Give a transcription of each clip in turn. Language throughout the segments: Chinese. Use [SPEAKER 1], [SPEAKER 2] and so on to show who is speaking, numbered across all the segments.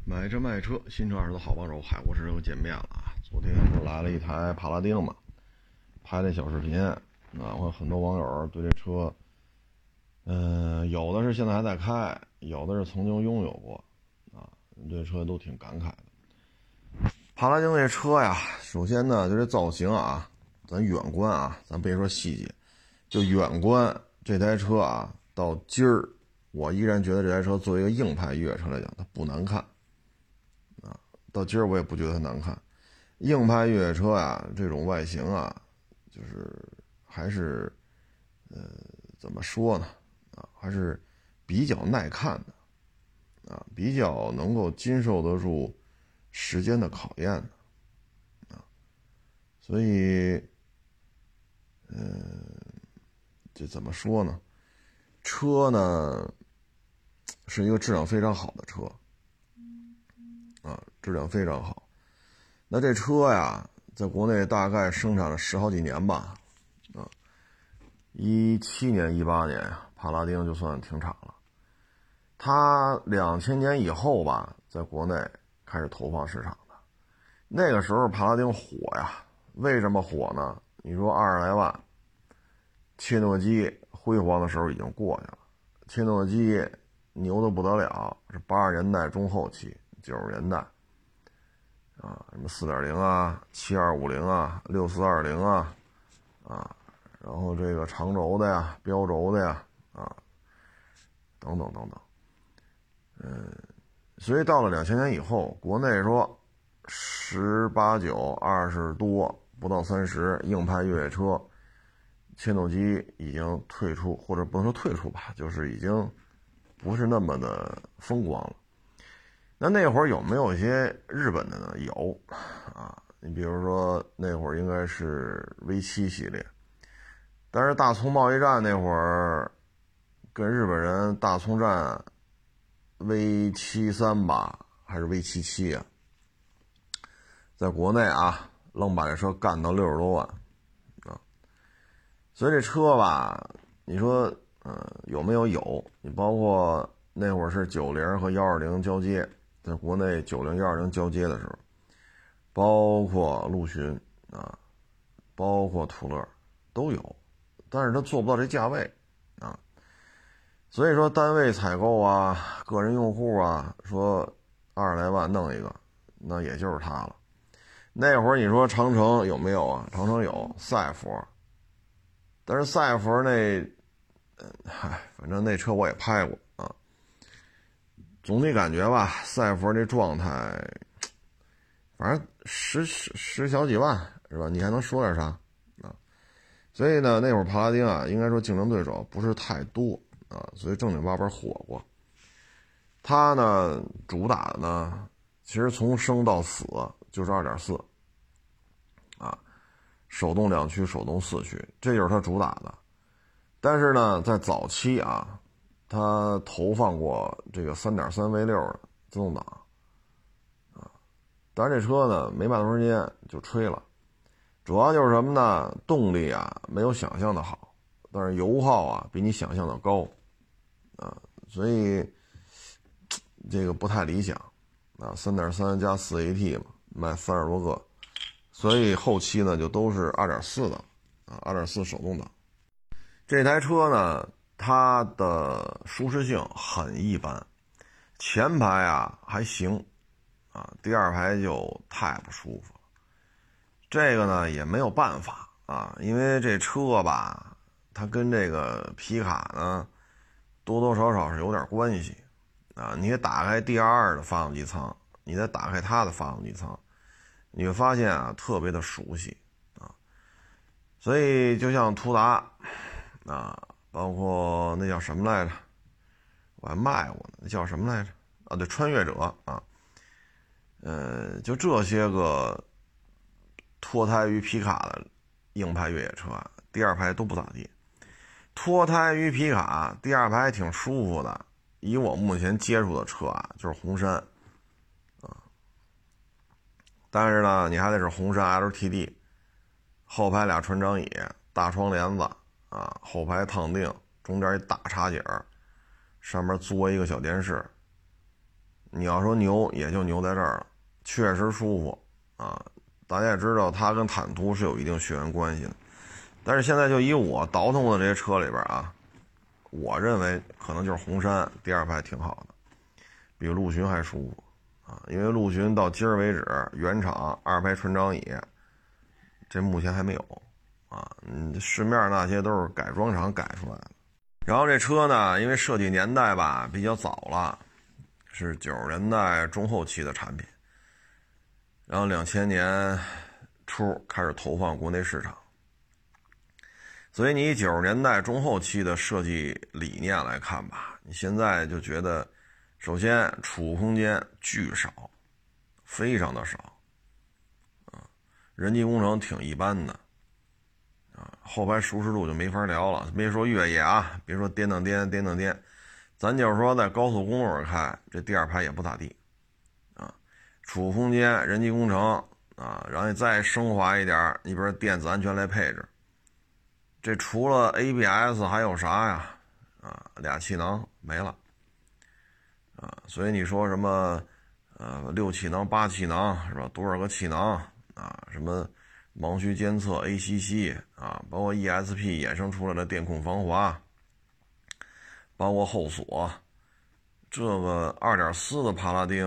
[SPEAKER 1] 买车卖车，新车二手的好帮手，海阔试车又见面了啊！昨天不是来了一台帕拉丁嘛，拍了小视频啊，我很多网友对这车，有的是现在还在开，有的是曾经拥有过啊，对车都挺感慨的。帕拉丁这车呀，首先呢，就这造型啊，咱远观啊，咱别说细节，就远观这台车啊，到今儿，我依然觉得这台车作为一个硬派越野车来讲，它不难看。到今儿我也不觉得它难看，硬派越野车呀，这种外形啊，就是还是怎么说呢啊，还是比较耐看的啊，比较能够经受得住时间的考验的啊，所以这怎么说呢？车呢是一个质量非常好的车啊，质量非常好。那这车呀，在国内大概生产了10好几年吧，啊，17年、18年呀，帕拉丁就算停产了。它2000年以后吧，在国内开始投放市场的。那个时候帕拉丁火呀，为什么火呢？你说20来万，切诺基辉煌的时候已经过去了，切诺基牛得不得了，是80年代中后期、90年代。啊，什么4.0啊、7250啊、6420啊，然后这个长轴的呀、标轴的呀，等等等等，所以到了2000年以后，国内说18、9、20多，不到30，硬派越野车，切诺基已经退出，或者不能说退出吧，就是已经不是那么的风光了。那会儿有没有一些日本的呢？有啊，你比如说那会儿应该是 V7 系列，但是大葱贸易战那会儿跟日本人大葱战 V73吧，还是 V77 啊，在国内啊愣把这车干到60多万啊，所以这车吧，你说有没有？有，你包括那会儿是90和120交接。在国内90、120交接的时候，包括陆巡啊，包括途乐都有，但是它做不到这价位啊，所以说单位采购啊，个人用户啊，说20来万弄一个，那也就是它了。那会儿你说长城有没有啊？长城有赛佛，但是赛佛那，反正那车我也拍过啊。总体感觉吧，赛佛这状态，反正十小几万是吧？你还能说点啥啊？所以呢，那会儿帕拉丁啊，应该说竞争对手不是太多啊，所以正经八百火过。它呢，主打的呢，其实从生到死就是2.4啊，手动2驱、手动4驱，这就是它主打的。但是呢，在早期啊，它投放过这个3.3 V6的自动挡啊，但是这车呢没卖多长时间就吹了，主要就是什么呢？动力啊没有想象的好，但是油耗啊比你想象的高啊，所以这个不太理想啊。3.3加4AT 嘛，卖30多个，所以后期呢就都是2.4的啊，2.4手动挡。这台车呢，它的舒适性很一般，前排啊还行啊，第二排就太不舒服了。这个呢也没有办法啊，因为这车吧，它跟这个皮卡呢多多少少是有点关系啊。你也打开 DR2 的发动机舱，你再打开它的发动机舱，你会发现啊特别的熟悉啊。所以就像途达啊，包括那叫什么来着，我还卖过呢，那叫什么来着啊？对，穿越者啊，就这些个脱胎于皮卡的硬派越野车，第二排都不咋地。脱胎于皮卡，第二排挺舒服的。以我目前接触的车啊，就是红杉啊，但是呢，你还得是红杉 LTD， 后排俩船长椅，大窗帘子啊，后排烫腚，中间一大插景，上面作一个小电视。 你要说牛也就牛在这儿了，确实舒服啊。大家也知道它跟坦途是有一定血缘关系的，但是现在就以我倒腾过的这些车里边啊，我认为可能就是红杉第二排挺好的，比陆巡还舒服啊。因为陆巡到今儿为止原厂二排纯张椅这目前还没有啊，市面那些都是改装厂改出来的。然后这车呢，因为设计年代吧比较早了，是90年代中后期的产品，然后2000年初开始投放国内市场，所以你以90年代中后期的设计理念来看吧，你现在就觉得，首先储物空间巨少，非常的少，人机工程挺一般的，后排舒适度就没法聊了，别说越野啊，别说颠颠，咱就是说在高速公路上开，这第二排也不咋地，储物空间、人机工程啊，然后你再升华一点，你比如电子安全类配置，这除了 ABS 还有啥呀？俩气囊没了，所以你说什么6气囊、8气囊是吧？多少个气囊啊？什么盲区监测、ACC 啊，包括 ESP 衍生出来的电控防滑，包括后锁，这个2.4的帕拉丁。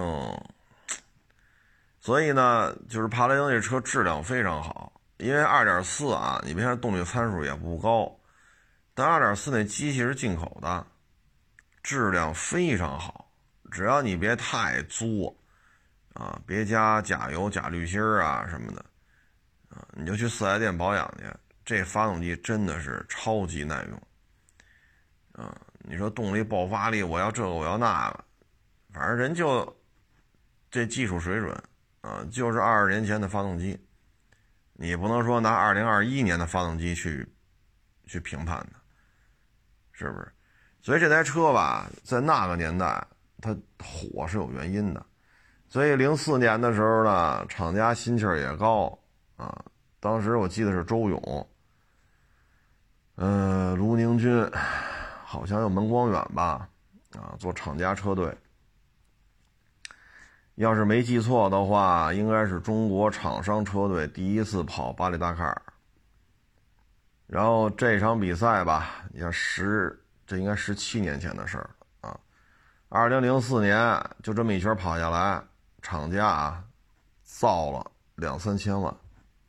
[SPEAKER 1] 所以呢，就是帕拉丁这车质量非常好，因为2.4啊，你别看动力参数也不高，但2.4那机器是进口的，质量非常好，只要你别太作啊，别加假油、假滤芯啊什么的啊，你就去4S店保养去，这发动机真的是超级耐用啊！你说动力爆发力，我要这个我要那个，反正人就这技术水准。就是20年前的发动机，你不能说拿2021年的发动机去评判的，是不是？所以这台车吧，在那个年代它火是有原因的。所以04年的时候呢，厂家心气儿也高啊。当时我记得是周勇，卢宁军，好像有门光远吧，做厂家车队。要是没记错的话，应该是中国厂商车队第一次跑巴黎达喀尔。然后这场比赛吧，你看这应该17年前的事儿啊。2004年就这么一圈跑下来，厂家造了2-3千万，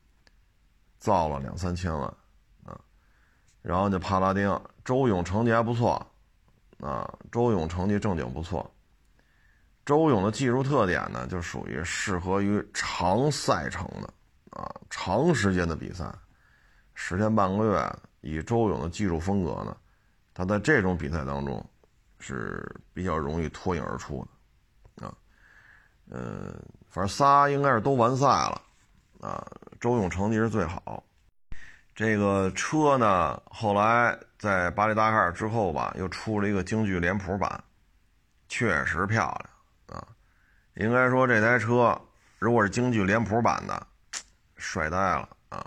[SPEAKER 1] 然后就帕拉丁，周勇成绩还不错周勇成绩正经不错。周勇的技术特点呢，就属于适合于长赛程的长时间的比赛，10天半个月，以周勇的技术风格呢，他在这种比赛当中是比较容易脱颖而出的反正仨应该是都完赛了周勇成绩是最好。这个车呢，后来在巴黎达喀尔之后吧，又出了一个京剧脸谱版，确实漂亮。应该说这台车如果是京剧脸谱版的，帅呆了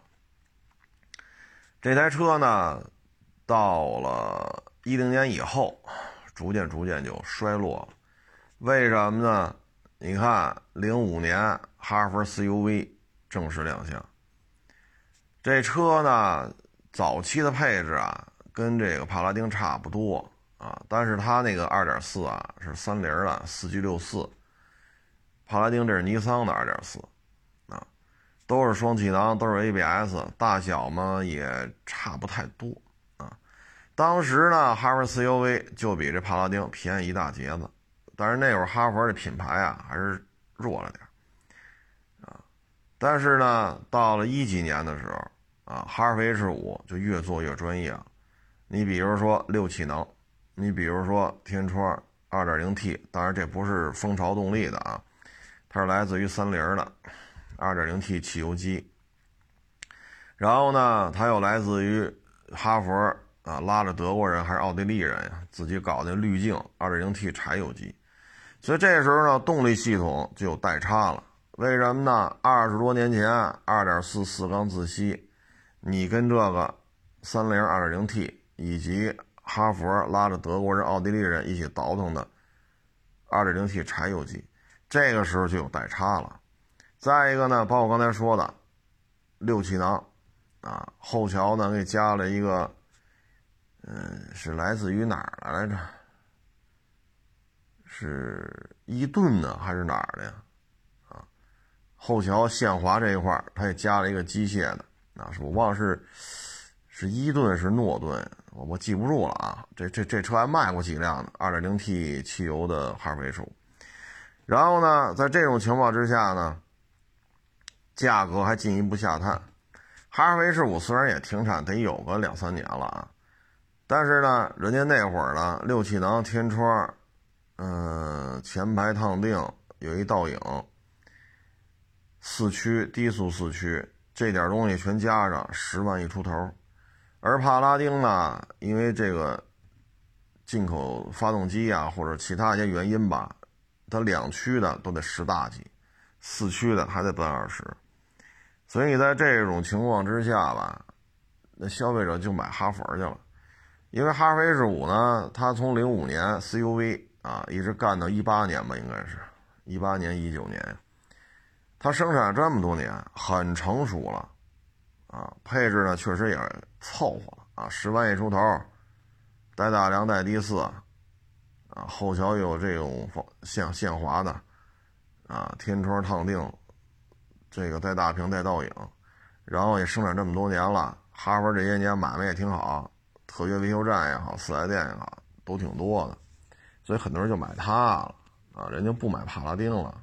[SPEAKER 1] 这台车呢，到了10年以后，逐渐就衰落了。为什么呢？你看05年哈弗 CUV 正式亮相，这车呢早期的配置跟这个帕拉丁差不多但是它那个 2.4 是30的 4G64，帕拉丁这是尼桑的 2.4 都是双气囊，都是 ABS， 大小嘛也差不太多当时呢哈弗 CUV 就比这帕拉丁便宜一大截子，但是那会儿哈弗的品牌还是弱了点但是呢到了10几年的时候哈弗 H5 就越做越专业了。你比如说6气囊，你比如说天窗 2.0T， 当然这不是蜂巢动力的它是来自于30的 2.0T 汽油机。然后呢它又来自于哈佛拉着德国人还是奥地利人自己搞的滤镜 2.0T 柴油机。所以这时候呢动力系统就有代差了。为什么呢？20多年前 2.4 4缸自吸，你跟这个30 2.0T 以及哈佛拉着德国人奥地利人一起倒腾的 2.0T 柴油机，这个时候就有代差了。再一个呢，包括刚才说的6气囊啊，后桥呢给加了一个，是来自于哪儿来着？是伊顿呢还是哪儿的呀？啊，后桥限滑这一块它也加了一个机械的啊，我忘了是伊顿是诺顿，我记不住了啊。这车还卖过几辆呢 2.0T 汽油的哈弗 H5。然后呢，在这种情况之下呢，价格还进一步下探。哈弗 H5 虽然也停产得有个2-3年了啊，但是呢，人家那会儿呢，6气囊天窗，前排烫定，有一倒影，4驱低速4驱，这点东西全加上10万一出头。而帕拉丁呢，因为这个进口发动机啊或者其他一些原因吧，它2驱的都得10大几，4驱的还得奔20。所以在这种情况之下吧，那消费者就买哈弗去了。因为哈弗 H5 呢，它从05年 CUV 啊一直干到18年吧，应该是18年19年，它生产这么多年，很成熟了啊，配置呢确实也凑合了啊，10万一出头，带大梁带低4啊，后桥有这种限滑的啊，天窗烫定，这个带大屏带倒影，然后也生产这么多年了，哈弗这些年买卖也挺好，特约维修站也好，4S店也好，都挺多的，所以很多人就买它了啊，人家不买帕拉丁了。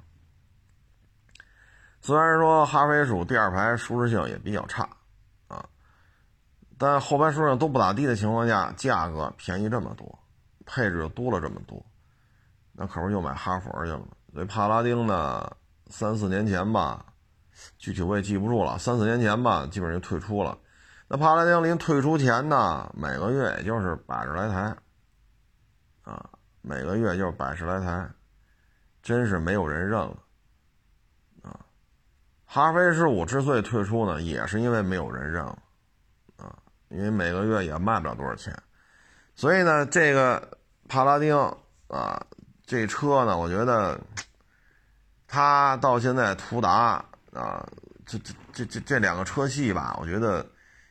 [SPEAKER 1] 虽然说哈弗 H5 第2排舒适性也比较差啊，但后排舒适性都不咋地的情况下，价格便宜这么多，配置又多了这么多，那可不又买哈弗去了。所以帕拉丁呢，3-4年前吧，具体我也记不住了，3-4年前吧，基本上就退出了。那帕拉丁临退出前呢，每个月也就是100来台啊，每个月就是100来台，真是没有人认了啊。哈弗 H5 之所以退出呢，也是因为没有人认了啊，因为每个月也卖不了多少钱。所以呢，这个帕拉丁啊，这车呢，我觉得它到现在途达啊，这2个车系吧，我觉得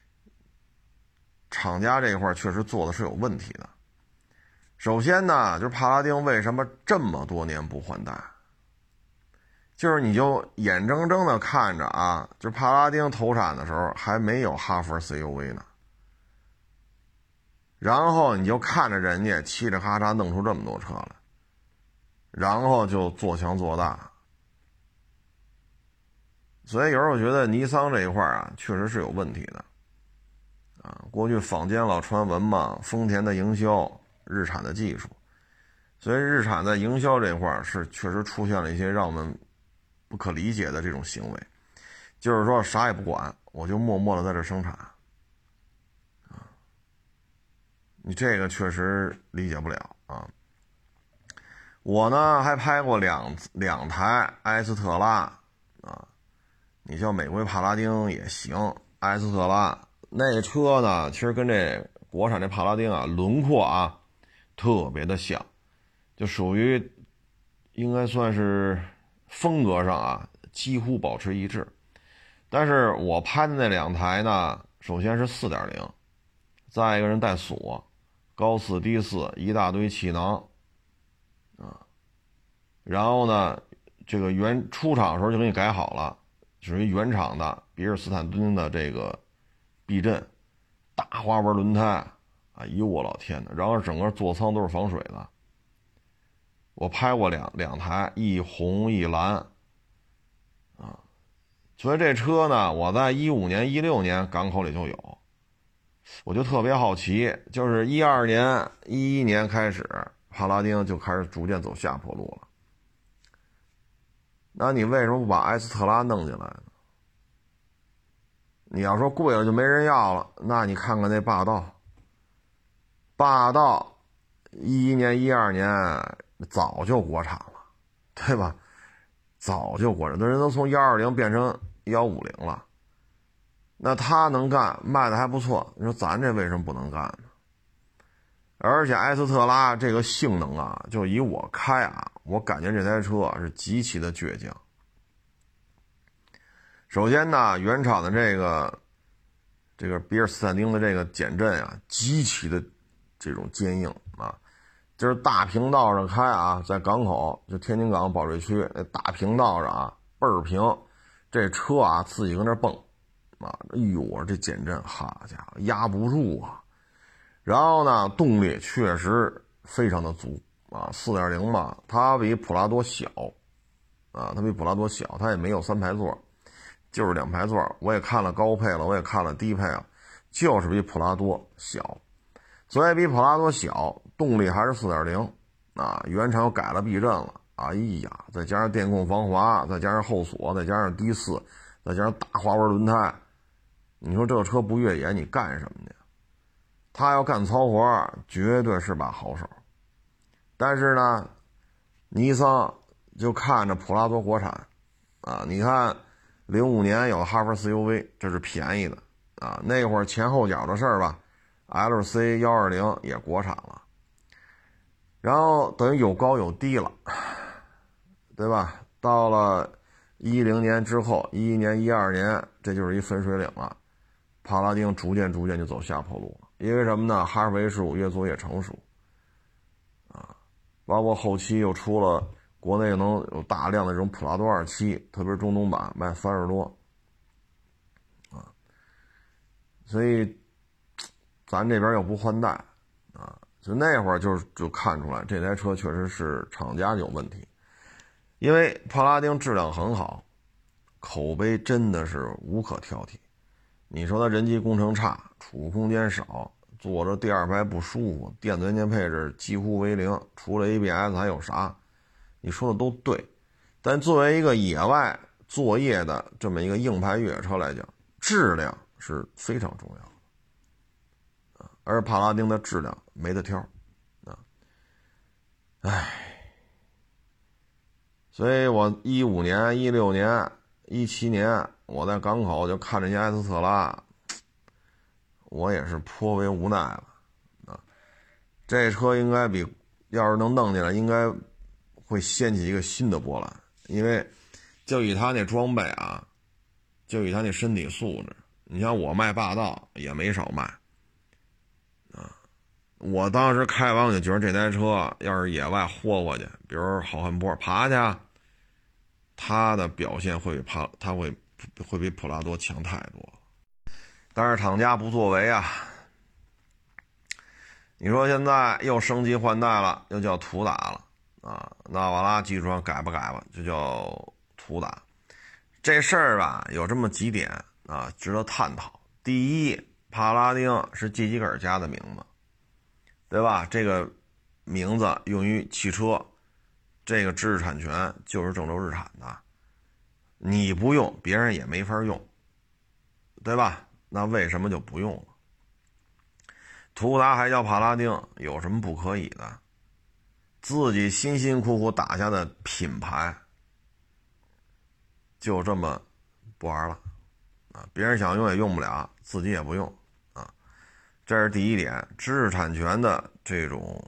[SPEAKER 1] 厂家这一块确实做的是有问题的。首先呢，就是帕拉丁为什么这么多年不换代，就是你就眼睁睁的看着啊，就是帕拉丁投产的时候还没有哈弗 CUV 呢，然后你就看着人家嘁哩喀喳弄出这么多车来，然后就做强做大。所以有时候我觉得尼桑这一块啊，确实是有问题的啊。过去坊间老传闻嘛，丰田的营销，日产的技术，所以日产在营销这一块是确实出现了一些让我们不可理解的这种行为，就是说啥也不管，我就默默的在这生产啊，你这个确实理解不了啊。我呢还拍过两台埃斯特拉啊，你叫美国帕拉丁也行，埃斯特拉那车呢，其实跟这国产这帕拉丁啊轮廓啊特别的像，就属于应该算是风格上啊几乎保持一致。但是我拍的那2台呢，首先是 4.0， 再一个人带锁，高4低4，一大堆气囊啊，然后呢这个出厂的时候就给你改好了，属于原厂的比尔斯坦顿的这个避震，大花纹轮胎，哎呦我老天哪！然后整个座舱都是防水的。我拍过两台，一红一蓝啊。所以这车呢，我在15年16年港口里就有，我就特别好奇，就是12年11年开始，帕拉丁就开始逐渐走下坡路了。那你为什么不把埃斯特拉弄进来呢？你要说贵了就没人要了，那你看看那霸道11年12年早就国产了，对吧？早就国产，那人都从120变成150了，那他能干，卖的还不错，你说咱这为什么不能干呢？而且埃斯特拉这个性能啊，就以我开啊， 我感觉这台车是极其的倔强。首先呢，原厂的这个比尔斯坦丁的这个减震啊，极其的这种坚硬啊。就是大平道上开啊，在港口就天津港保税区那大平道上啊，倍儿平，这车啊自己跟那蹦啊，哎呦，我这减震，好家伙，压不住啊。然后呢，动力确实非常的足啊， 4.0 嘛，它比普拉多小啊，它比普拉多小，它也没有3排座，就是2排座。我也看了高配了，我也看了低配了，就是比普拉多小。所以比普拉多小，动力还是 4.0 啊，原厂又改了避震了，哎呀，再加上电控防滑，再加上后锁，再加上低4，再加上大花纹轮胎，你说这个车不越野你干什么去？他要干糙活绝对是把好手。但是呢，尼桑就看着普拉多国产啊，你看05年有哈弗 CUV， 这是便宜的啊，那会儿前后脚的事儿吧，LC 120也国产了，然后等于有高有低了，对吧？到了10年之后，11年、12年，这就是一分水岭了。帕拉丁逐渐就走下坡路了，因为什么呢？哈弗 H5越做越成熟啊，包括后期又出了国内能有大量的这种普拉多27，特别是中东版卖30多啊，所以咱这边又不换代啊，就那会儿就看出来这台车确实是厂家有问题，因为帕拉丁质量很好，口碑真的是无可挑剔。你说它人机工程差，储物空间少，坐着第2排不舒服，电子元件配置几乎为零，除了 ABS 还有啥？你说的都对，但作为一个野外作业的这么一个硬派越野车来讲，质量是非常重要的，而帕拉丁的质量没得挑啊，所以我15年、16年、17年。我在港口就看这些埃斯特拉，我也是颇为无奈了啊！这车应该要是能弄起来，应该会掀起一个新的波澜，因为就以他那装备啊，就以他那身体素质，你像我卖霸道也没少卖啊！我当时开完我就觉得这台车要是野外豁去，比如好汉坡爬去，他的表现会比普拉多强太多了，但是厂家不作为啊！你说现在又升级换代了，又叫途达了啊，纳瓦拉基础上改吧，就叫途达。这事儿吧，有这么几点啊，值得探讨。第一，帕拉丁是季吉尔家的名字，对吧？这个名字用于汽车，这个知识产权就是郑州日产的。你不用，别人也没法用，对吧？那为什么就不用了？途达还叫帕拉丁，有什么不可以的？自己辛辛苦苦打下的品牌，就这么不玩了啊！别人想用也用不了，自己也不用啊。这是第一点，知识产权的这种，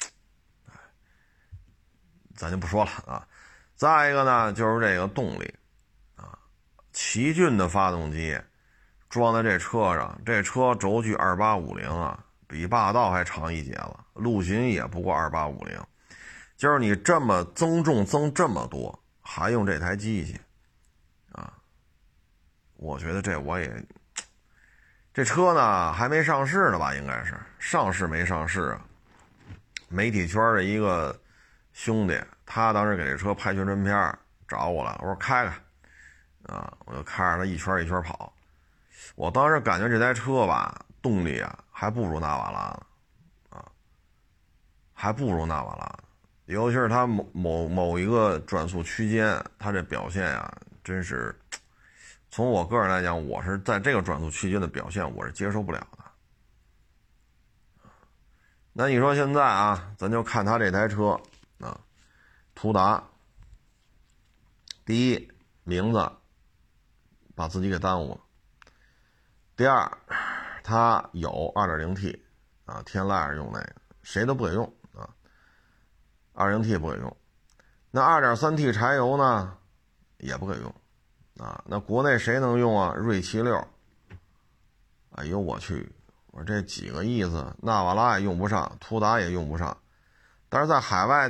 [SPEAKER 1] 咱就不说了啊。再一个呢，就是这个动力。奇骏的发动机装在这车上，这车轴距2850啊，比霸道还长一截了，陆巡也不过2850，就是你这么增重增这么多，还用这台机器啊？我觉得这车呢还没上市呢吧？应该是上市没上市啊？媒体圈的一个兄弟，他当时给这车拍宣传片找我了，我说开开。啊，我就看着它一圈一圈跑，我当时感觉这台车吧，动力啊还不如纳瓦拉呢，啊，还不如纳瓦拉呢，尤其是它某一个转速区间，它这表现啊，真是，从我个人来讲，我是在这个转速区间的表现，我是接受不了的。那你说现在啊，咱就看它这台车啊，途达，第一名字。把自己给耽误了。第二，它有 2.0T 啊，天籁用那个，谁都不给用啊，2.0T 不给用。 那 2.3T 柴油呢也不给用啊。那国内谁能用啊？锐骑6。哎呦我去，我说这几个意思，纳瓦拉也用不上，途达也用不上，但是在海外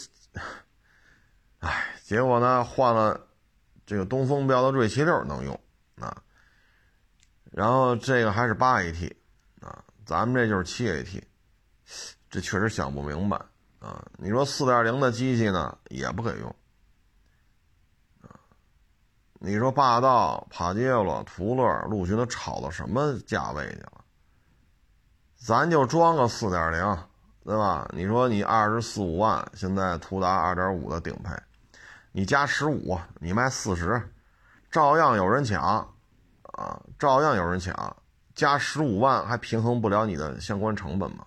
[SPEAKER 1] 结果呢换了这个东风标的锐骑6能用啊，然后这个还是8AT 啊，咱们这就是7AT， 这确实想不明白啊。你说 4.0 的机器呢也不给用啊，你说霸道、帕杰罗、途乐、陆巡都炒到什么价位去了？咱就装个 4.0， 对吧？你说你24、5万，现在途达 2.5 的顶配，你加15，你卖40，照样有人抢啊，照样有人抢，加15万还平衡不了你的相关成本吗？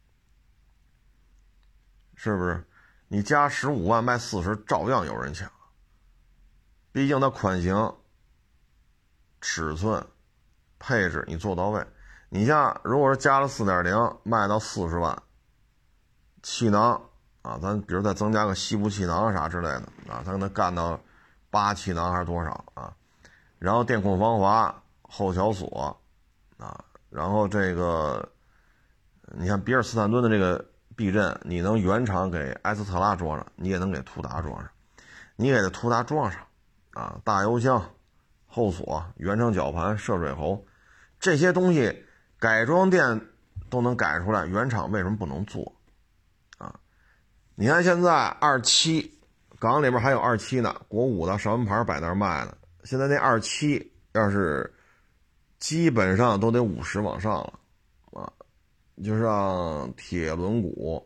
[SPEAKER 1] 是不是？你加15万卖40，照样有人抢，毕竟它款型、尺寸、配置你做到位。你像如果是加了 4.0 卖到40万，气囊啊，咱比如再增加个西部气囊啥之类的啊，咱给它干到8气囊还是多少啊？然后电控防滑、后桥锁啊，然后这个你看比尔斯坦顿的这个避震，你能原厂给埃斯特拉装上，你也能给途达装上，你给它途达装上啊，大油箱、后锁、原厂绞盘、涉水喉，这些东西改装店都能改出来，原厂为什么不能做啊？你看现在27港里边还有27呢，国5的上文牌摆那儿卖呢，现在那27要是基本上都得50往上了啊。就像铁轮毂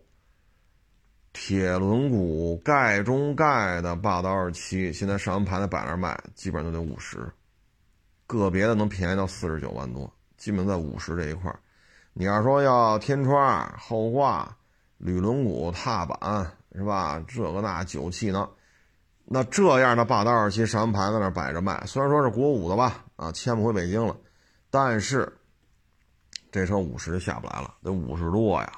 [SPEAKER 1] 盖中盖的霸道27，现在上完牌的摆那儿卖，基本上都得50，个别的能便宜到49万多，基本在50这一块。你要说要天窗、后挂、铝轮毂、踏板，是吧？这个那9气呢，那这样的霸道27上完牌在那摆着卖，虽然说是国5的吧，啊，迁不回北京了，但是这车50就下不来了，得50多呀，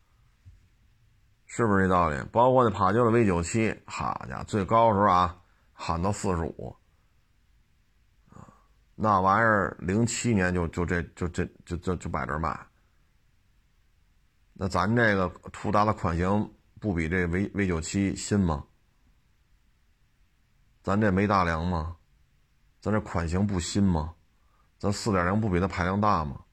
[SPEAKER 1] 是不是这道理？包括那帕杰罗 V97， 好家伙，最高时候啊，喊到45，那玩意儿07年就摆这卖。那咱这个途达的款型不比这 V97 新吗？咱这没大梁吗？咱这款型不新吗？咱 4.0 不比它排量大吗？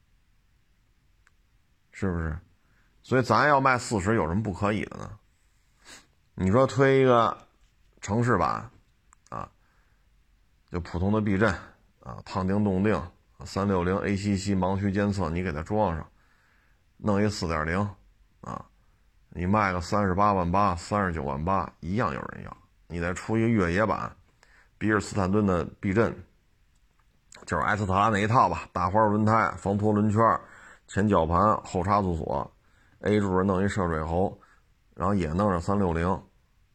[SPEAKER 1] 是不是？所以咱要卖40有什么不可以的呢？你说推一个城市版啊，就普通的避震啊，烫定动定360 ACC 盲区监测，你给它装上，弄一 4.0 啊，你卖个38万8、39万8，一样有人要。你再出一个越野版，比尔斯坦顿的避震，就是埃斯特拉那一套吧，大花轮胎、防脱轮圈、前绞盘、后差速锁 ，A 柱弄一涉水喉，然后也弄上360，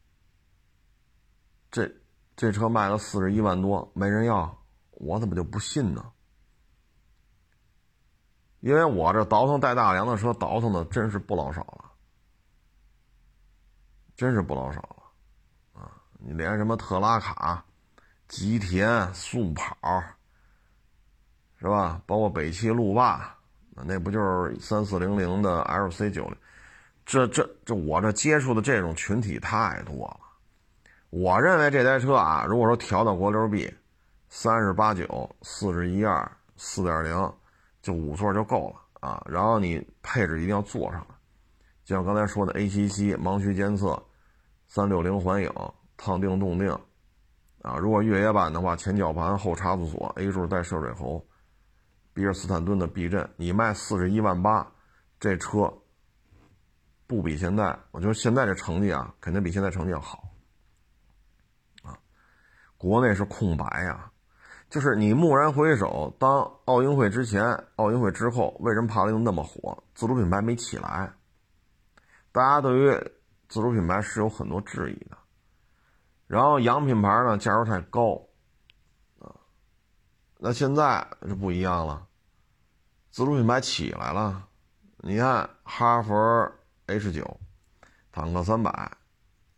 [SPEAKER 1] 这车卖了41万多，没人要，我怎么就不信呢？因为我这倒腾带大梁的车倒腾的真是不老少了，真是不老少了啊！你连什么特拉卡、吉田、速跑，是吧？包括北汽路霸，那不就是3400的 LC90？这我这接触的这种群体太多了。我认为这台车啊，如果说调到国六 B 38.9、41.2、4.0，就5座就够了啊。然后你配置一定要做上来，就像刚才说的 ACC 盲区监测、360环影、烫定动定啊。如果越野版的话，前绞盘、后差速锁 A 柱带涉水喉，比尔斯坦顿的避震，你卖41万8，这车不比现在，我觉得现在这成绩啊，肯定比现在成绩要好。国内是空白呀，就是你蓦然回首，当奥运会之前、奥运会之后，为什么帕雷诺那么火？自主品牌没起来，大家对于自主品牌是有很多质疑的。然后洋品牌呢，价格太高啊，那现在就不一样了，自主品牌起来了。你看哈弗 H9、坦克300，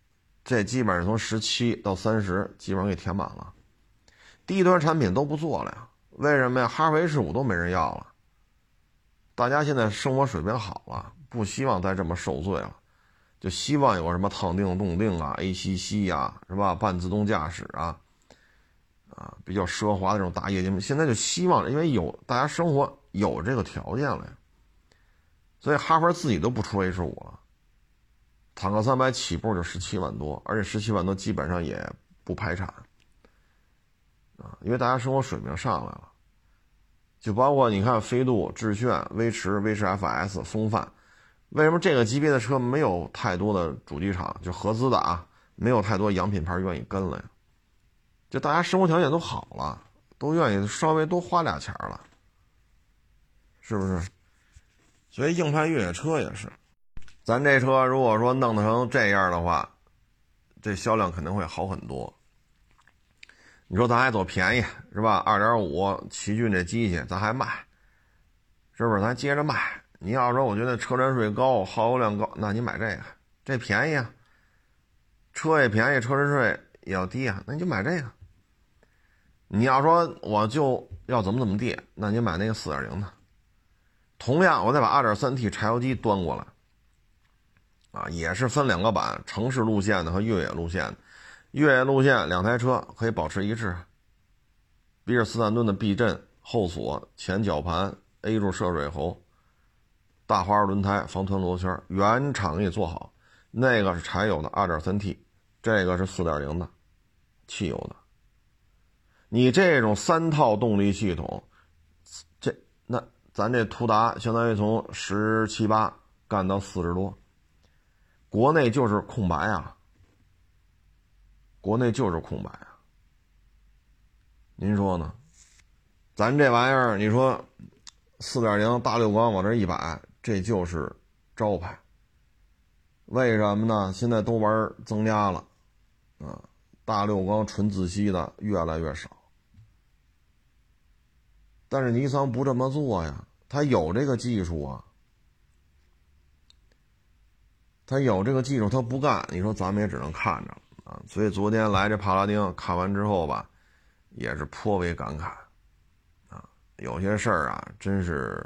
[SPEAKER 1] 这基本上从17到30基本上给填满了，低端产品都不做了呀。为什么呀？哈弗 H5都没人要了，大家现在生活水平好了，不希望再这么受罪了，就希望有什么烫定动定啊 ACC 呀，是吧？半自动驾驶啊，比较奢华的这种大液晶，现在就希望因为大家生活有这个条件了呀，所以哈弗自己都不出 H5 了，坦克300起步就17万多，而且17万多基本上也不排产因为大家生活水平上来了。就包括你看飞度、致炫、威驰、威驰 FS、风范，为什么这个级别的车没有太多的主机厂，就合资的没有太多洋品牌愿意跟了呀？就大家生活条件都好了，都愿意稍微多花俩钱了，是不是？所以硬派越野车也是，咱这车如果说弄得成这样的话，这销量肯定会好很多。你说咱还走便宜是吧？ 2.5 奇骏这机器咱还卖，是不是？咱接着卖。你要说我觉得车船税高，耗油量高，那你买这个，这便宜啊，车也便宜，车船税也要低啊，那你就买这个。你要说我就要怎么地，那你买那个 4.0 的。同样我再把 2.3T 柴油机端过来也是分2个版，城市路线的和越野路线的。越野路线2台车可以保持一致，比尔斯坦顿的避震、后锁、前绞盘、A 柱涉水喉、大花轮胎、防湍螺圈，原厂给你做好。那个是柴油的 2.3T， 这个是 4.0 的汽油的。你这种3套动力系统，那咱这途达相当于从17、8干到40多，国内就是空白啊。国内就是空白啊，您说呢？咱这玩意儿，你说 4.0 大六缸往这一摆，这就是招牌。为什么呢？现在都玩增压了大六缸纯自吸的越来越少。但是尼桑不这么做呀，它有这个技术啊，它有这个技术，它不干，你说咱们也只能看着了。所以昨天来这帕拉丁看完之后吧，也是颇为感慨有些事儿真是，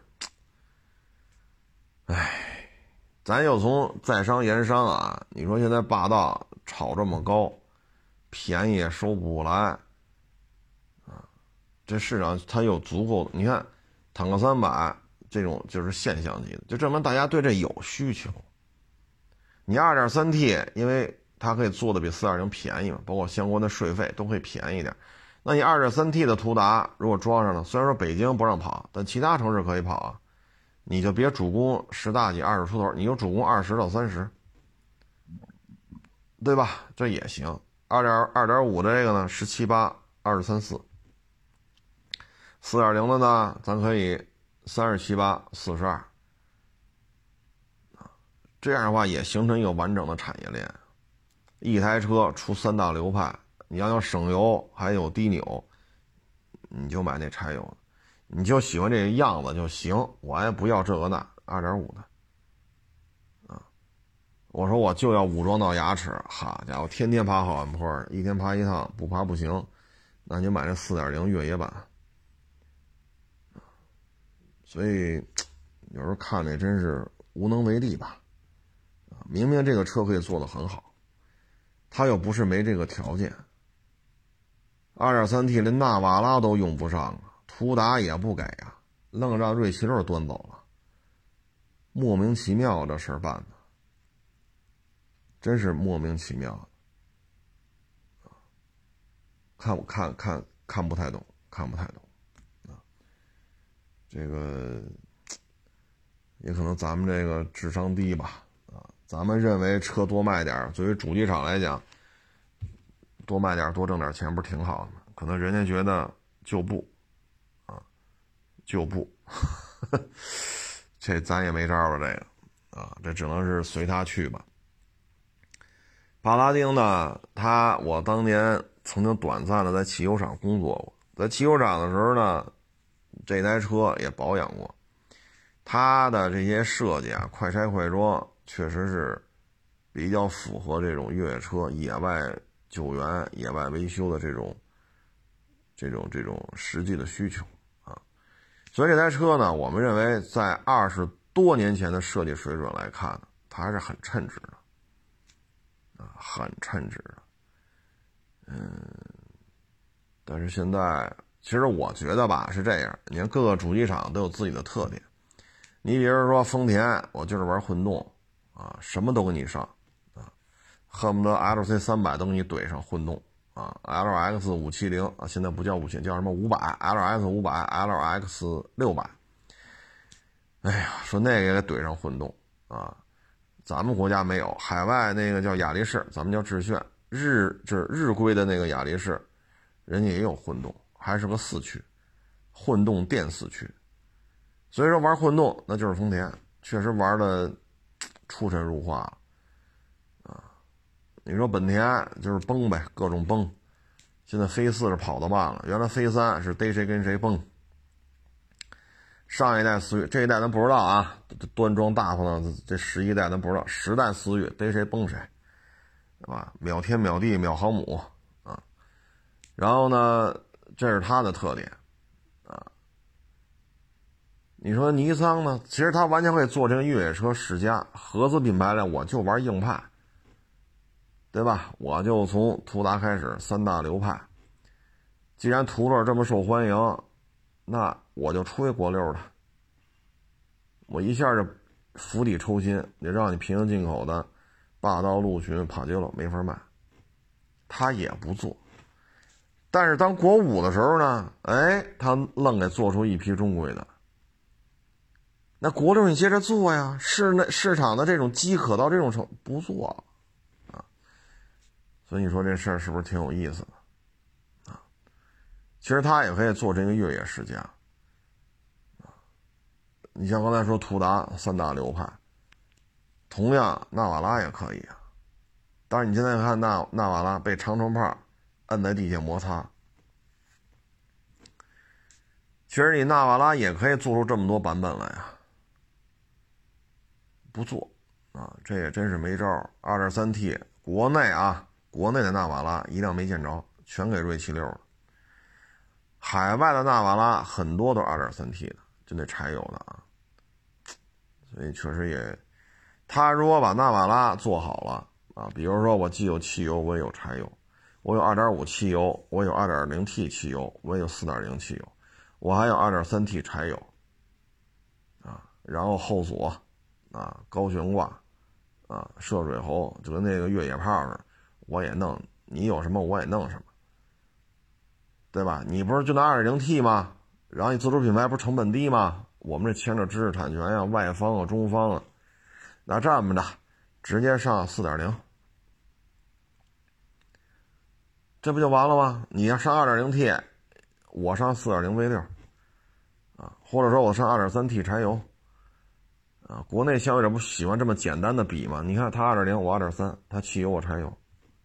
[SPEAKER 1] 咱又从在商言商你说现在霸道炒这么高，便宜也收不过来这市场它有足够的，你看坦克300这种就是现象级的，就证明大家对这有需求。你 2.3T 因为它可以做的比 4.0 便宜嘛，包括相关的税费都会便宜点。那你 2.3T 的途达如果装上了，虽然说北京不让跑，但其他城市可以跑你就别主攻10大几20出头，你就主攻20到30，对吧？这也行。2.5 的这个呢17、8 23、4 4.0 的呢咱可以37、8 42这样的话也形成一个完整的产业链。一台车出3大流派，你要省油还有低扭，你就买那柴油的，你就喜欢这个样子就行，我也不要这个那 2.5 的我说我就要武装到牙齿，好家伙，天天爬好汉坡，一天爬一趟，不爬不行，那你就买这 4.0 越野版。所以有时候看着真是无能为力吧明明这个车可以做得很好，他又不是没这个条件。 2.3T 连纳瓦拉都用不上途达也不给愣让瑞奇乐端走了，莫名其妙这事儿办的，真是莫名其妙看不太懂这个也可能咱们这个智商低吧咱们认为车多卖点，作为主机厂来讲多卖点多挣点钱不是挺好的吗？可能人家觉得就不这咱也没招了，这个这只能是随他去吧。帕拉丁呢，我当年曾经短暂的在汽油厂工作过，在汽油厂的时候呢，这台车也保养过，它的这些设计快拆快装确实是比较符合这种越野车野外救援、野外维修的这种实际的需求啊。所以这台车呢，我们认为在20多年前的设计水准来看呢，它还是很称职的啊，很称职的。但是现在其实我觉得吧是这样，你看各个主机厂都有自己的特点。你比如说丰田，我就是玩混动啊，什么都给你上啊，恨不得 LC300 都给你怼上混动啊 ，LX570 啊，现在不叫570，叫什么500，LX500，LX600。哎呀，说那个也给怼上混动啊，咱们国家没有，海外那个叫雅力士，咱们叫致炫，就是日规的那个雅力士，人家也有混动，还是个4驱，混动电4驱。所以说玩混动那就是丰田，确实玩的出神入化啊。你说本田就是崩呗，各种崩。现在飞4是跑得慢了，原来飞3是逮谁跟谁崩。上一代思域，这一代咱不知道啊，端庄大方的这11代咱不知道，10代思域逮谁崩谁，对吧？秒天秒地秒航母啊。然后呢，这是它的特点啊。你说尼桑呢？其实它完全可以做这个越野车世家，合资品牌来我就玩硬派，对吧？我就从途达开始3大流派。既然途乐这么受欢迎，那我就出一国六的，我一下就釜底抽薪，得让你平行进口的霸道、陆巡、帕杰罗没法卖，他也不做。但是当国5的时候呢，他愣给做出一批中规的。那国六你接着做呀，市场的这种饥渴到这种程度不做啊，所以你说这事儿是不是挺有意思的啊？其实他也可以做这个越野世家啊。你像刚才说途达3大流派，同样纳瓦拉也可以啊。但是你现在看纳瓦拉被长城炮摁在地下摩擦，其实你纳瓦拉也可以做出这么多版本来呀。不做啊，这也真是没招。2.3T 国内的纳瓦拉一辆没见着，全给锐76了。海外的纳瓦拉很多都是 2.3T 的，就那柴油的啊。所以确实也，他如果把纳瓦拉做好了啊，比如说我既有汽油，我也有柴油，我有 2.5 汽油，我有 2.0T 汽油，我也有 4.0 汽油，我还有 2.3T 柴油啊，然后后锁啊，高悬挂啊，涉水喉，就跟那个越野炮似的，我也弄，你有什么我也弄什么，对吧？你不是就拿 2.0T 吗？然后你自主品牌不是成本低吗？我们这牵扯知识产权呀、外方啊、中方啊，那这么的直接上 4.0， 这不就完了吗？你要上 2.0T， 我上 4.0 V6 啊，或者说我上 2.3T 柴油啊，国内消费者不喜欢这么简单的比吗？你看他 2.0 我 2.3， 他汽油我柴油，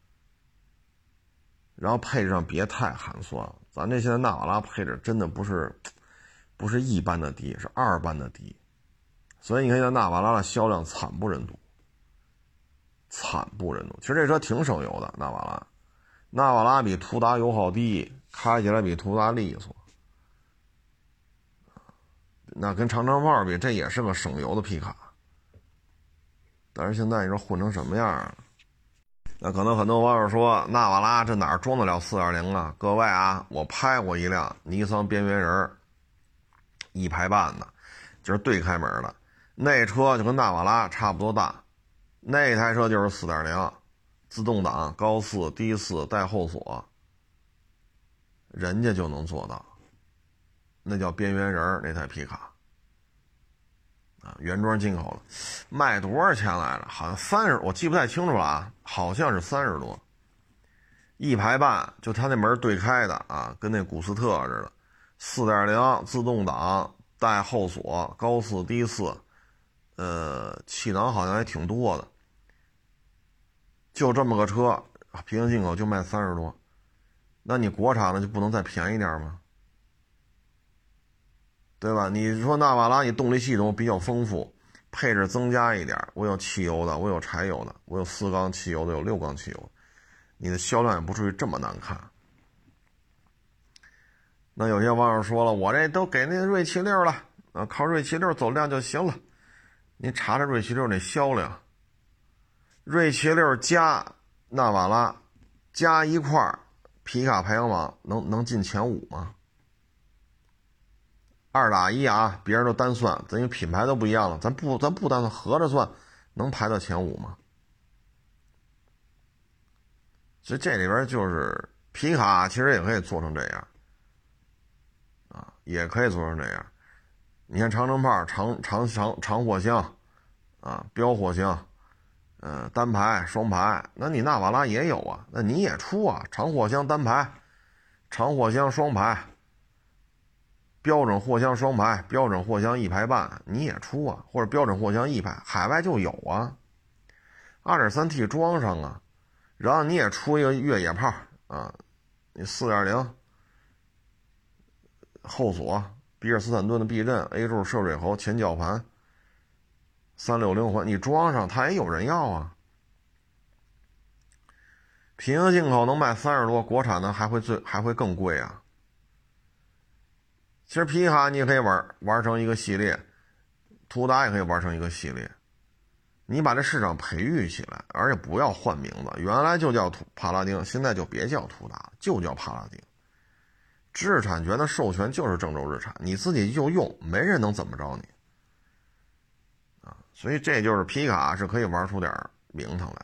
[SPEAKER 1] 然后配置上别太寒酸了。咱这现在纳瓦拉配置真的不是一般的低，是2般的低，所以你看现在纳瓦拉的销量惨不忍睹，惨不忍睹。其实这车挺省油的，纳瓦拉比途达油耗低，开起来比途达利索。那跟长城炮比，这也是个省油的皮卡。但是现在你说混成什么样了？那可能很多网友说，纳瓦拉这哪装得了 4.0 啊？各位啊，我拍过一辆尼桑边缘人，1排半的，就是对开门的，那车就跟纳瓦拉差不多大，那台车就是 4.0， 自动挡高4低4带后锁，人家就能做到，那叫边缘人那台皮卡啊，原装进口的，卖多少钱来着？好像30，我记不太清楚了啊，好像是30多，1排半，就他那门对开的啊，跟那古斯特似的，4.0 自动挡带后锁，高4低4，气囊好像还挺多的，就这么个车，平行进口就卖30多，那你国产的就不能再便宜点吗？对吧？你说纳瓦拉你动力系统比较丰富， 配置增加一点，我有汽油的，我有柴油的，我有4缸汽油的，有6缸汽油的，你的销量也不至于这么难看。那有些网友说了，我这都给那锐气6了啊，靠锐气6走量就行了。你查查锐气6那销量，锐气6加纳瓦拉加一块，皮卡排行榜能进前5吗？2打1啊，别人都单算，咱因为品牌都不一样了，咱不单算，合着算，能排到前5吗？所以这里边就是皮卡其实也可以做成这样啊，也可以做成这样。你看长城炮长货箱啊，标货箱，单排双排，那你纳瓦拉也有啊，那你也出啊，长货箱单排，长货箱双排，标准货箱双排，标准货箱1排半，你也出啊，或者标准货箱1排，海外就有啊， 2.3T 装上啊，然后你也出一个越野炮啊，你 4.0 后锁，比尔斯坦顿的避震 A 柱涉水喉前绞盘360环，你装上它也有人要啊。平行进口能卖30多，国产的还会更贵啊。其实皮卡你也可以玩成一个系列，途达也可以玩成一个系列，你把这市场培育起来，而且不要换名字，原来就叫帕拉丁，现在就别叫途达，就叫帕拉丁。知识产权的授权就是郑州日产，你自己就用，没人能怎么着你啊！所以这就是皮卡是可以玩出点名堂来的，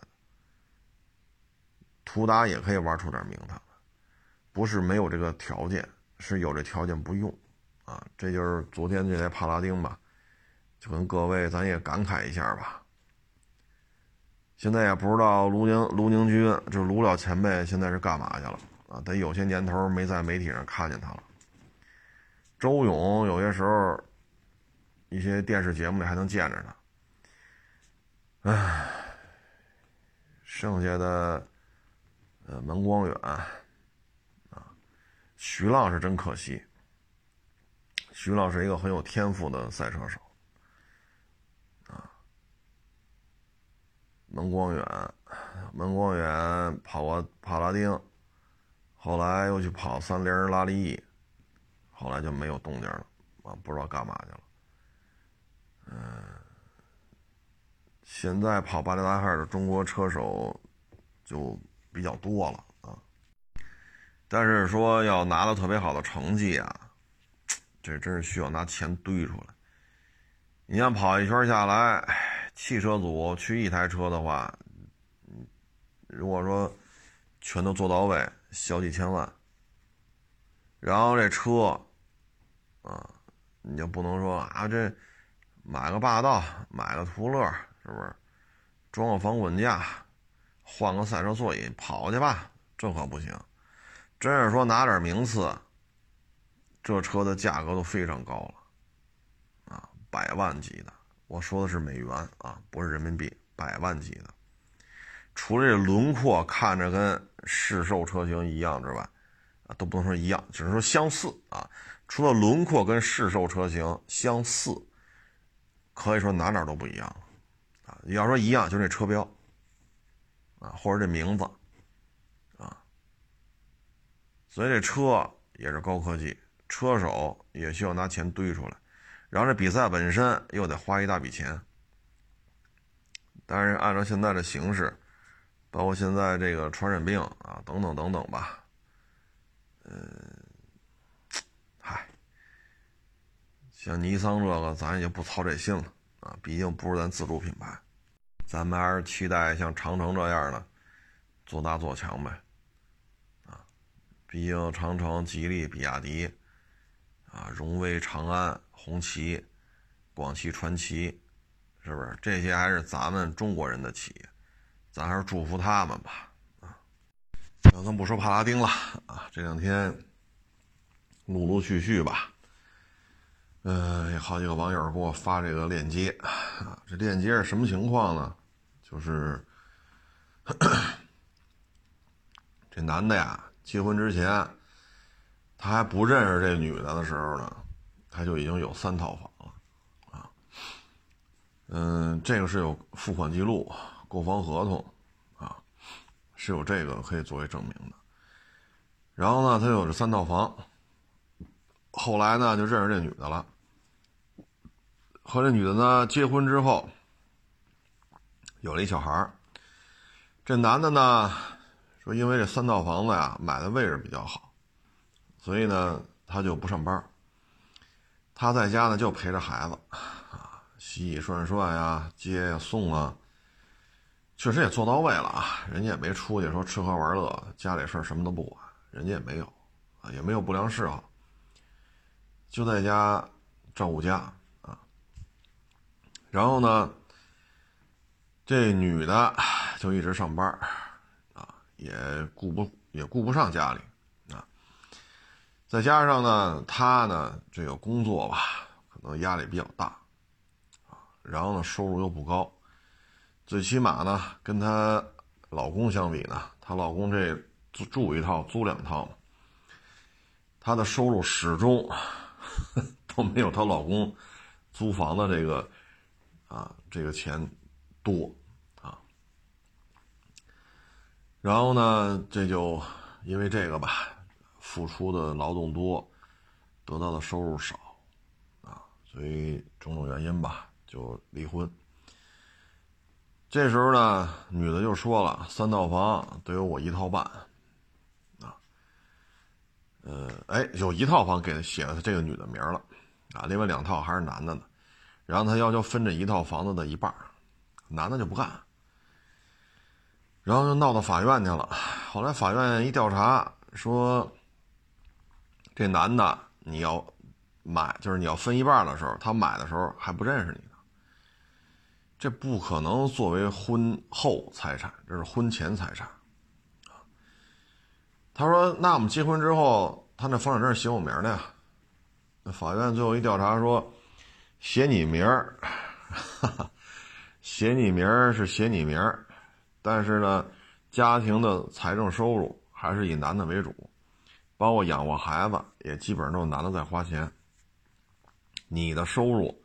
[SPEAKER 1] 途达也可以玩出点名堂来，不是没有这个条件，是有这条件不用啊！这就是昨天这台帕拉丁吧，就跟各位咱也感慨一下吧。现在也不知道卢宁军就是卢老前辈现在是干嘛去了啊？得有些年头没在媒体上看见他了。周勇有些时候一些电视节目里还能见着他。唉，剩下的门光远啊，徐浪是真可惜。徐浪是一个很有天赋的赛车手啊。门光远跑过帕拉丁，后来又去跑30拉力 E， 后来就没有动静了啊，不知道干嘛去了。现在跑巴黎达喀尔的中国车手就比较多了啊，但是说要拿到特别好的成绩啊，这真是需要拿钱堆出来。你像跑一圈下来，汽车组去一台车的话，如果说全都做到位，小几千万。然后这车啊，你就不能说啊，这买个霸道，买个途乐，是不是？装个防滚架，换个赛车座椅，跑去吧，这可不行。真是说拿点名次，这车的价格都非常高了啊，100万级的。我说的是美元啊，不是人民币，100万级的。除了这轮廓看着跟市售车型一样之外，啊，都不能说一样，只是说相似啊。除了轮廓跟市售车型相似，可以说哪都不一样啊。要说一样，就这车标啊，或者这名字啊。所以这车也是高科技，车手也需要拿钱堆出来，然后这比赛本身又得花一大笔钱。但是按照现在的形势，包括现在这个传染病啊，等等等等吧，像尼桑这个咱也就不操这心了啊，毕竟不是咱自主品牌，咱们还是期待像长城这样的做大做强呗，啊，毕竟长城、吉利、比亚迪啊、荣威、长安、红旗、广汽传祺，是不是？这些还是咱们中国人的企业，咱还是祝福他们吧，啊，咱不说帕拉丁了啊，这两天陆陆续续吧。好几个网友给我发这个链接啊，这链接是什么情况呢？就是这男的呀，结婚之前他还不认识这女的的时候呢，他就已经有3套房了啊。 这个是有付款记录、购房合同啊，是有这个可以作为证明的。然后呢，他有这3套房，后来呢就认识这女的了，和这女的呢结婚之后，有了一小孩。这男的呢说，因为这3套房子呀买的位置比较好，所以呢他就不上班，他在家呢就陪着孩子啊，洗洗涮涮呀，接呀送啊，确实也做到位了啊，人家也没出去说吃喝玩乐，家里事什么都不管，人家也没有啊，也没有不良嗜好，就在家照顾家啊。然后呢，这女的就一直上班啊，也顾不上家里啊。再加上呢，她呢这个工作吧，可能压力比较大啊，然后呢收入又不高，最起码呢跟她老公相比呢，她老公这住一套租2套，她的收入始终都没有她老公租房的这个钱多啊。然后呢，这就因为这个吧，付出的劳动多，得到的收入少啊，所以种种原因吧，就离婚。这时候呢，女的就说了，3套房得有我1套半啊。有1套房给写了她这个女的名了啊，另外2套还是男的呢。然后他要求分这1套房子的一半，男的就不干，然后就闹到法院去了。后来法院一调查说，这男的你要买，就是你要分一半的时候，他买的时候还不认识你呢，这不可能作为婚后财产，这是婚前财产。他说那我们结婚之后，他那房产证写我名的呀。那法院最后一调查说，写你名儿写你名儿是写你名儿，但是呢家庭的财政收入还是以男的为主，包括养活孩子也基本上都是男的在花钱。你的收入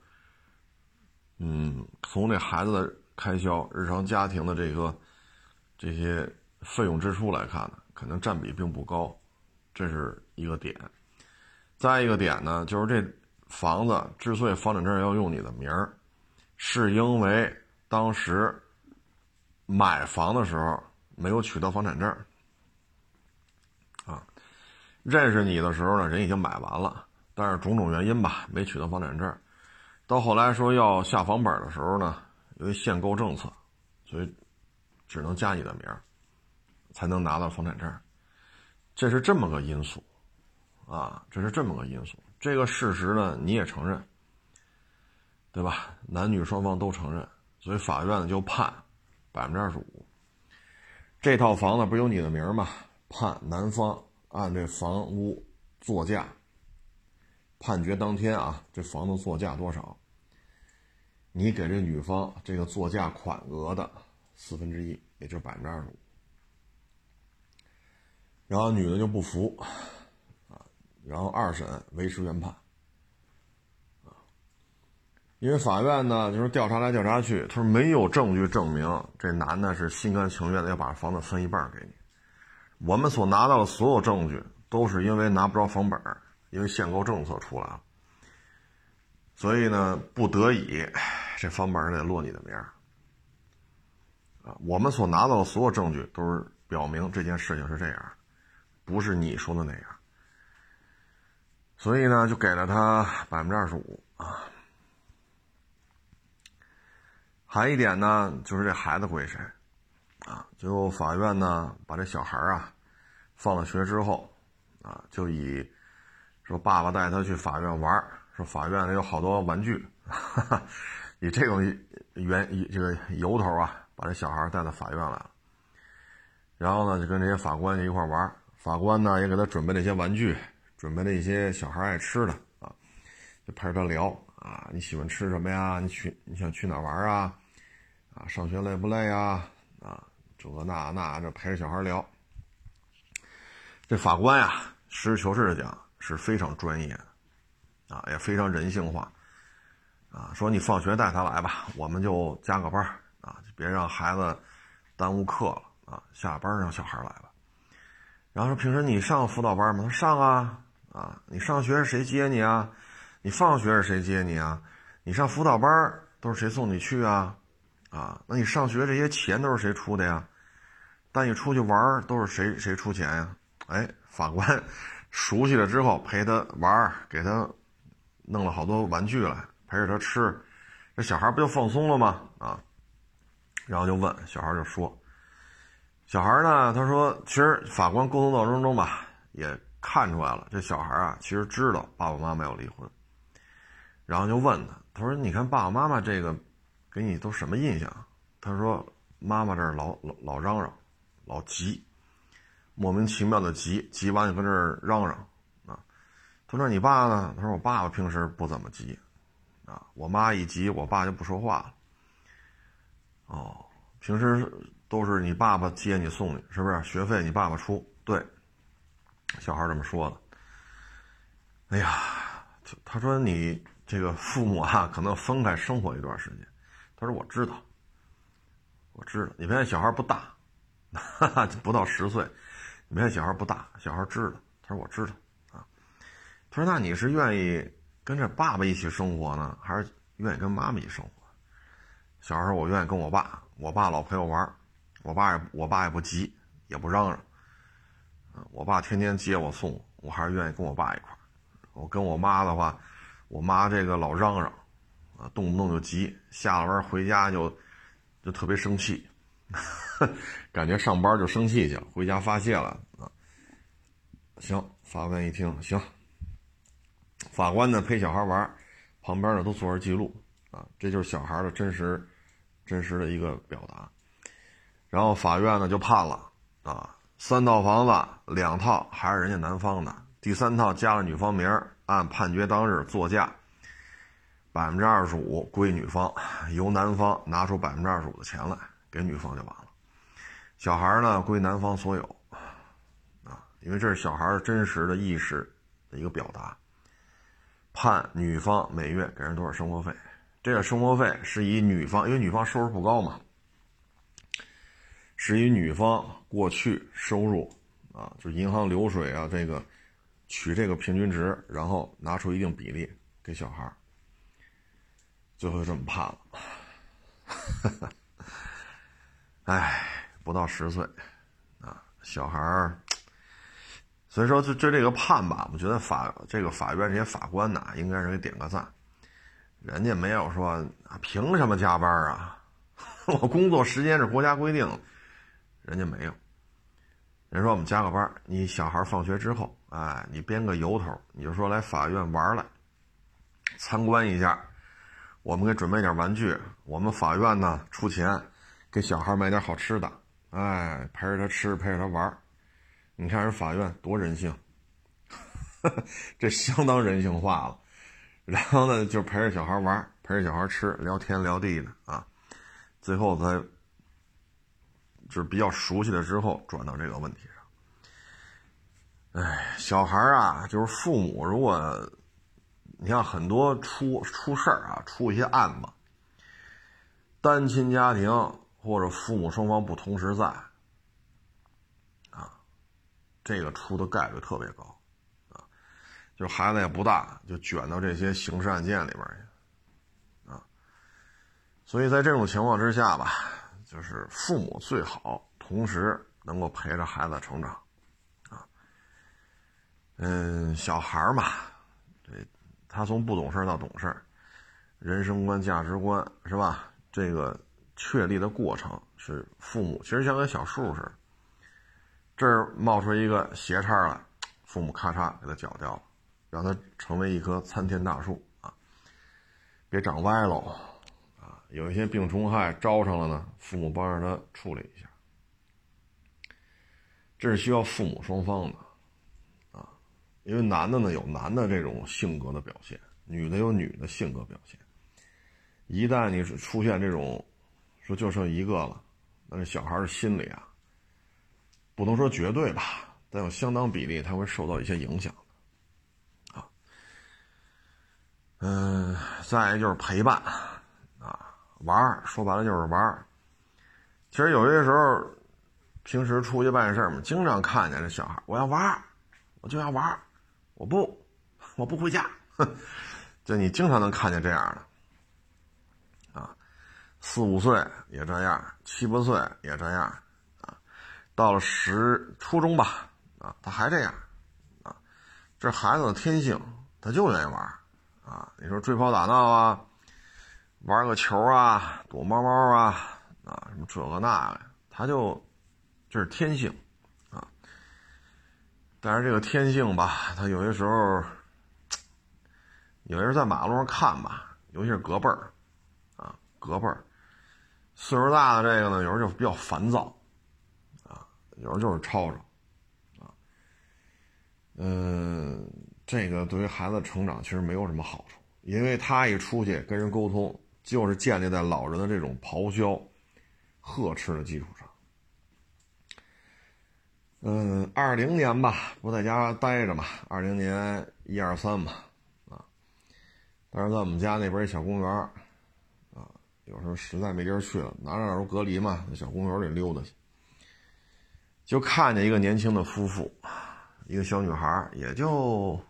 [SPEAKER 1] 从这孩子的开销、日常家庭的这些费用支出来看呢，可能占比并不高，这是一个点。再一个点呢，就是这房子之所以房产证要用你的名儿，是因为当时买房的时候没有取得房产证啊，认识你的时候呢，人已经买完了，但是种种原因吧，没取得房产证。到后来说要下房本的时候呢，由于限购政策，所以只能加你的名儿，才能拿到房产证。这是这么个因素啊，这是这么个因素。这个事实呢，你也承认，对吧？男女双方都承认，所以法院呢就判25%。这套房子不是有你的名吗？判男方按这房屋作价，判决当天啊，这房子作价多少？你给这女方这个作价款额的1/4，也就是25%。然后女的就不服啊，然后2审维持原判啊。因为法院呢就是调查来调查去，他说没有证据证明这男的是心甘情愿的要把房子分一半给你。我们所拿到的所有证据都是因为拿不着房本，因为限购政策出来了，所以呢不得已这房本得落你的名啊。我们所拿到的所有证据都是表明这件事情是这样，不是你说的那样，所以呢就给了他25%啊。还一点呢，就是这孩子归谁啊？最后法院呢把这小孩啊放了学之后啊，就以说爸爸带他去法院玩，说法院里有好多玩具，以这种这个由头啊，把这小孩带到法院来了。然后呢就跟这些法官一块玩，法官呢也给他准备了一些玩具，准备了一些小孩爱吃的啊，就陪着他聊啊，你喜欢吃什么呀？你想去哪玩啊？啊，上学累不累啊？啊，这个那这陪着小孩聊。这法官呀，实事求是的讲是非常专业的啊，也非常人性化。 啊，说你放学带他来吧，我们就加个班啊，就别让孩子耽误课了啊，下班让小孩来吧。然后说平时你上辅导班吗？他说上啊，啊，你上学是谁接你啊？你放学是谁接你啊？你上辅导班都是谁送你去啊？啊，那你上学这些钱都是谁出的呀？带你出去玩都是谁出钱呀？哎，法官熟悉了之后陪他玩，给他弄了好多玩具来，陪着他吃，这小孩不就放松了吗？啊，然后就问小孩，就说，小孩呢，他说其实法官沟通过程中吧，也看出来了，这小孩啊其实知道爸爸妈妈要离婚，然后就问他说你看爸爸妈妈这个给你都什么印象？他说妈妈这儿老嚷嚷，老急，莫名其妙的急完就跟这儿嚷嚷啊。他说你爸呢？他说我爸爸平时不怎么急啊，我妈一急我爸就不说话了。哦，平时都是你爸爸接你送你，是不是？学费你爸爸出？对，小孩这么说的。哎呀，他说你这个父母啊，可能分开生活一段时间。他说我知道，你别看小孩不大，不到10岁，你别看小孩不大，小孩知道。他说我知道啊。他说那你是愿意跟着爸爸一起生活呢，还是愿意跟妈妈一起生活？小孩说我愿意跟我爸老陪我玩，我爸也不急，也不嚷嚷，我爸天天接我送我还是愿意跟我爸一块儿。我跟我妈的话，我妈这个老嚷嚷啊，动不动就急，下了班回家就特别生气，感觉上班就生气去了，回家发泄了啊。行，法官一听行，法官呢陪小孩玩，旁边呢都做着记录啊，这就是小孩的真实的一个表达。然后法院呢就判了啊，3套房子2套还是人家男方的，第3套加了女方名，按判决当日作价25%归女方，由男方拿出25%的钱来给女方就完了。小孩呢归男方所有啊，因为这是小孩真实的意识的一个表达。判女方每月给人多少生活费，这个生活费是以女方，因为女方收入不高嘛，是以女方过去收入啊，就银行流水啊，这个取这个平均值，然后拿出一定比例给小孩，最后就这么判了。哎，不到10岁啊，小孩，所以说就这个判吧，我觉得法院这些法官呐，应该是给点个赞。人家没有说凭什么加班啊？我工作时间是国家规定，人家没有。人说我们加个班，你小孩放学之后，哎，你编个由头，你就说来法院玩来，参观一下，我们给准备点玩具，我们法院呢出钱给小孩买点好吃的，哎，陪着他吃，陪着他玩。你看人法院多人性，这相当人性化了。然后呢，就陪着小孩玩，陪着小孩吃，聊天聊地的啊。最后才就是比较熟悉了之后，转到这个问题上。哎，小孩啊，就是父母，如果你像很多出事儿啊，出一些案子，单亲家庭或者父母双方不同时在啊，这个出的概率特别高。就是孩子也不大，就卷到这些刑事案件里边去啊。所以在这种情况之下吧，就是父母最好同时能够陪着孩子成长啊。小孩嘛，他从不懂事到懂事，人生观价值观是吧，这个确立的过程是父母其实像个小树似的，这儿冒出一个斜叉来，父母咔嚓给他绞掉了，让它成为一棵参天大树啊，别长歪喽啊！有一些病虫害招上了呢，父母帮着他处理一下，这是需要父母双方的啊，因为男的呢有男的这种性格的表现，女的有女的性格表现。一旦你出现这种说就剩一个了，那这小孩的心理啊，不能说绝对吧，但有相当比例他会受到一些影响。 再就是陪伴啊，玩，说白了就是玩。其实有些时候平时出去办事嘛，经常看见这小孩，我要玩，我就要玩，我不回家。就你经常能看见这样的啊，4、5岁也这样，7、8岁也这样啊，到了初中吧啊，他还这样啊，这孩子的天性，他就愿意玩啊。你说追跑打闹啊，玩个球啊，躲猫猫啊，什么这个那个，他这是天性啊。但是这个天性吧，他有些时候在马路上看吧，尤其是隔辈儿啊，隔辈儿岁数大的这个呢，有时候就比较烦躁啊，有时候就是吵吵啊。这个对于孩子成长其实没有什么好处，因为他一出去跟人沟通，就是建立在老人的这种咆哮、呵斥的基础上。20年吧，不在家待着嘛，20年1、2、3嘛，啊，但是在我们家那边一小公园啊，有时候实在没地儿去了，哪都隔离嘛，在小公园里溜达去，就看见一个年轻的夫妇，一个小女孩，也就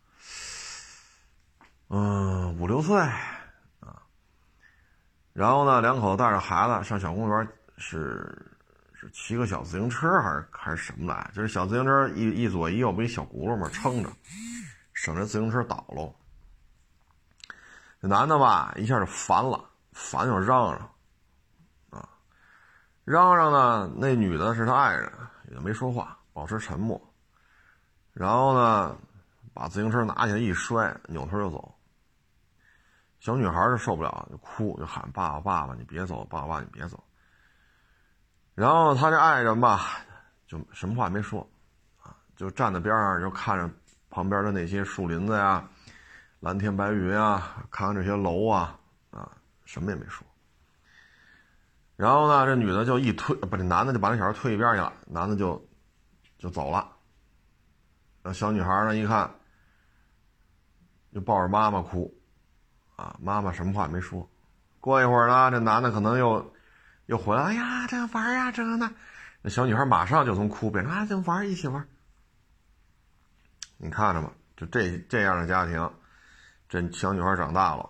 [SPEAKER 1] 5、6岁啊，然后呢，两口子带着孩子上小公园，是骑个小自行车还是什么来？就是小自行车一左一右不一小轱辘嘛，撑着，省着自行车倒喽。这男的吧，一下就烦就嚷啊，嚷呢，那女的是他爱人，也没说话，保持沉默。然后呢，把自行车拿起来一摔，扭头就走。小女孩就受不了，就哭，就喊爸爸爸爸你别走，爸爸你别走。然后他这爱人吧，就什么话没说啊，就站在边上，就看着旁边的那些树林子呀、蓝天白云啊，看看这些楼啊，什么也没说。然后呢，这女的就这男的就把那小孩推一边去了，男的就走了。小女孩呢一看，就抱着妈妈哭啊，妈妈什么话也没说。过一会儿呢，这男的可能又回来，哎呀，这玩呀，这个那小女孩马上就从哭变成就玩，一起玩。你看着吧，就这样的家庭，这小女孩长大了，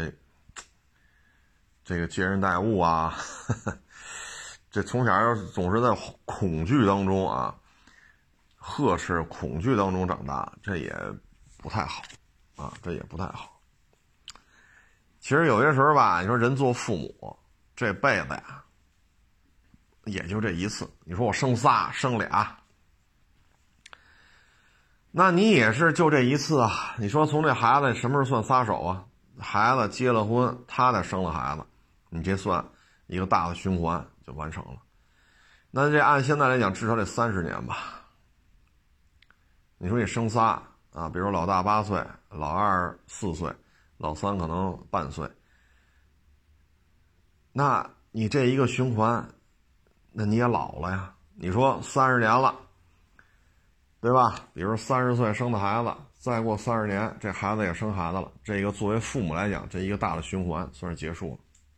[SPEAKER 1] 这个接人待物啊，这从小总是在恐惧当中啊，呵斥恐惧当中长大，这也不太好啊，这也不太好。其实有些时候吧，你说人做父母这辈子呀，也就这一次。你说我生仨生俩，那你也是就这一次啊。你说从这孩子什么时候算撒手啊？孩子结了婚，他再生了孩子，你这算一个大的循环就完成了。那这按现在来讲，至少得30年吧。你说你生仨啊，比如说老大8岁，老二4岁，老三可能半岁，那你这一个循环，那你也老了呀。你说30年了，对吧？比如30岁生的孩子，再过30年，这孩子也生孩子了，这个作为父母来讲，这一个大的循环算是结束了。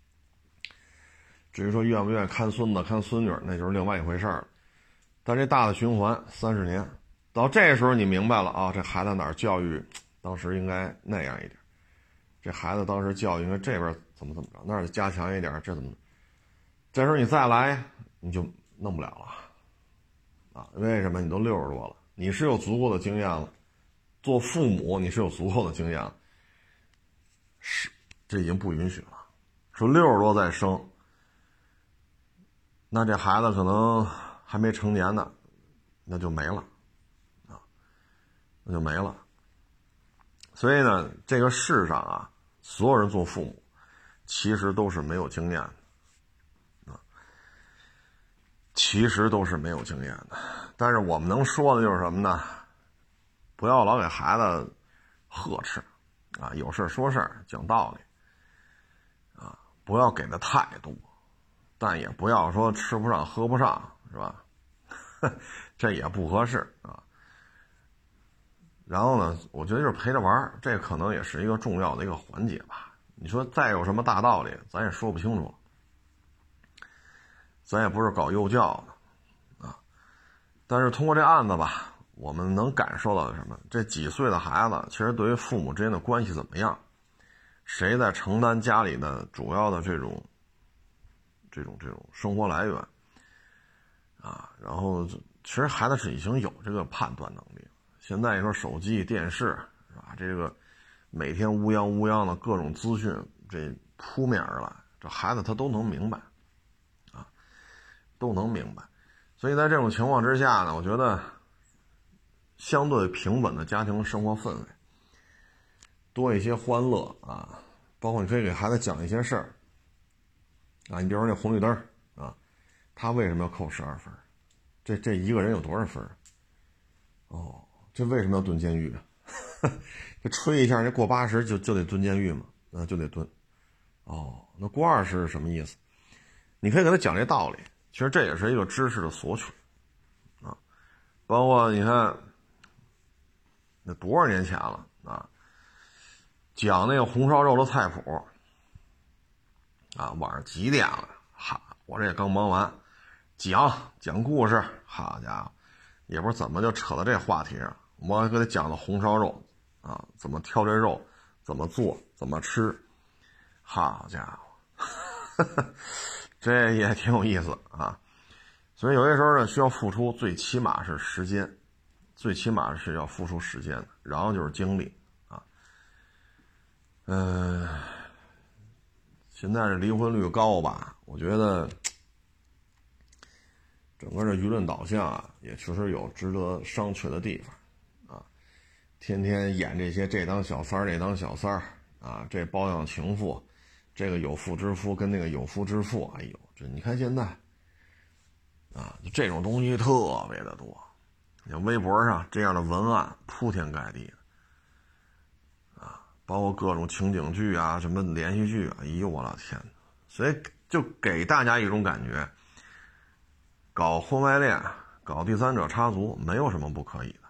[SPEAKER 1] 至于说愿不愿意看孙子看孙女，那就是另外一回事了。但这大的循环30年，到这时候你明白了啊，这孩子哪儿教育当时应该那样一点，这孩子当时教育应该这边怎么着，那儿加强一点，这怎么，这时候你再来你就弄不了了啊？为什么？你都60多了，你是有足够的经验了，做父母你是有足够的经验了，是这已经不允许了。说60多再生，那这孩子可能还没成年呢，那就没了啊，那就没了。所以呢，这个世上啊，所有人做父母其实都是没有经验的啊，其实都是没有经验的。但是我们能说的就是什么呢？不要老给孩子呵斥啊，有事说事，讲道理啊，不要给的太多，但也不要说吃不上喝不上，是吧？这也不合适啊。 然后呢，我觉得就是陪着玩，这可能也是一个重要的一个环节吧。你说再有什么大道理，咱也说不清楚，咱也不是搞幼教的啊。但是通过这案子吧，我们能感受到的什么？这几岁的孩子，其实对于父母之间的关系怎么样？谁在承担家里的主要的这种生活来源啊？然后其实孩子是已经有这个判断能力。现在你说手机、电视是吧？这个每天乌泱乌泱的各种资讯，这扑面而来，这孩子他都能明白啊，都能明白。所以在这种情况之下呢，我觉得相对平稳的家庭生活氛围，多一些欢乐啊，包括你可以给孩子讲一些事儿啊，你比如说那红绿灯啊，他为什么要扣12分？这一个人有多少分？哦，这为什么要蹲监狱啊？这吹一下，这过80就得蹲监狱嘛？就得蹲。哦，那过20是什么意思？你可以给他讲这道理，其实这也是一个知识的索取啊。包括你看，那多少年前了啊？讲那个红烧肉的菜谱啊，晚上几点了？哈，我这也刚忙完，讲故事，好家伙，也不知道怎么就扯到这话题上。我还给他讲了红烧肉啊，怎么挑这肉，怎么做，怎么吃，好家伙，这也挺有意思啊。所以有些时候呢，需要付出，最起码是时间，最起码是要付出时间的，然后就是精力啊。现在这离婚率高吧，我觉得整个的舆论导向啊，也确实有值得商榷的地方啊。天天演这当小三儿，那当小三儿啊，这包养情妇，这个有妇之夫跟那个有妇之夫，哎呦，这你看现在啊，这种东西特别的多，像微博上这样的文案铺天盖地的啊，包括各种情景剧啊，什么连续剧啊，哎呦我老天哪！所以就给大家一种感觉，搞婚外恋、搞第三者插足没有什么不可以的，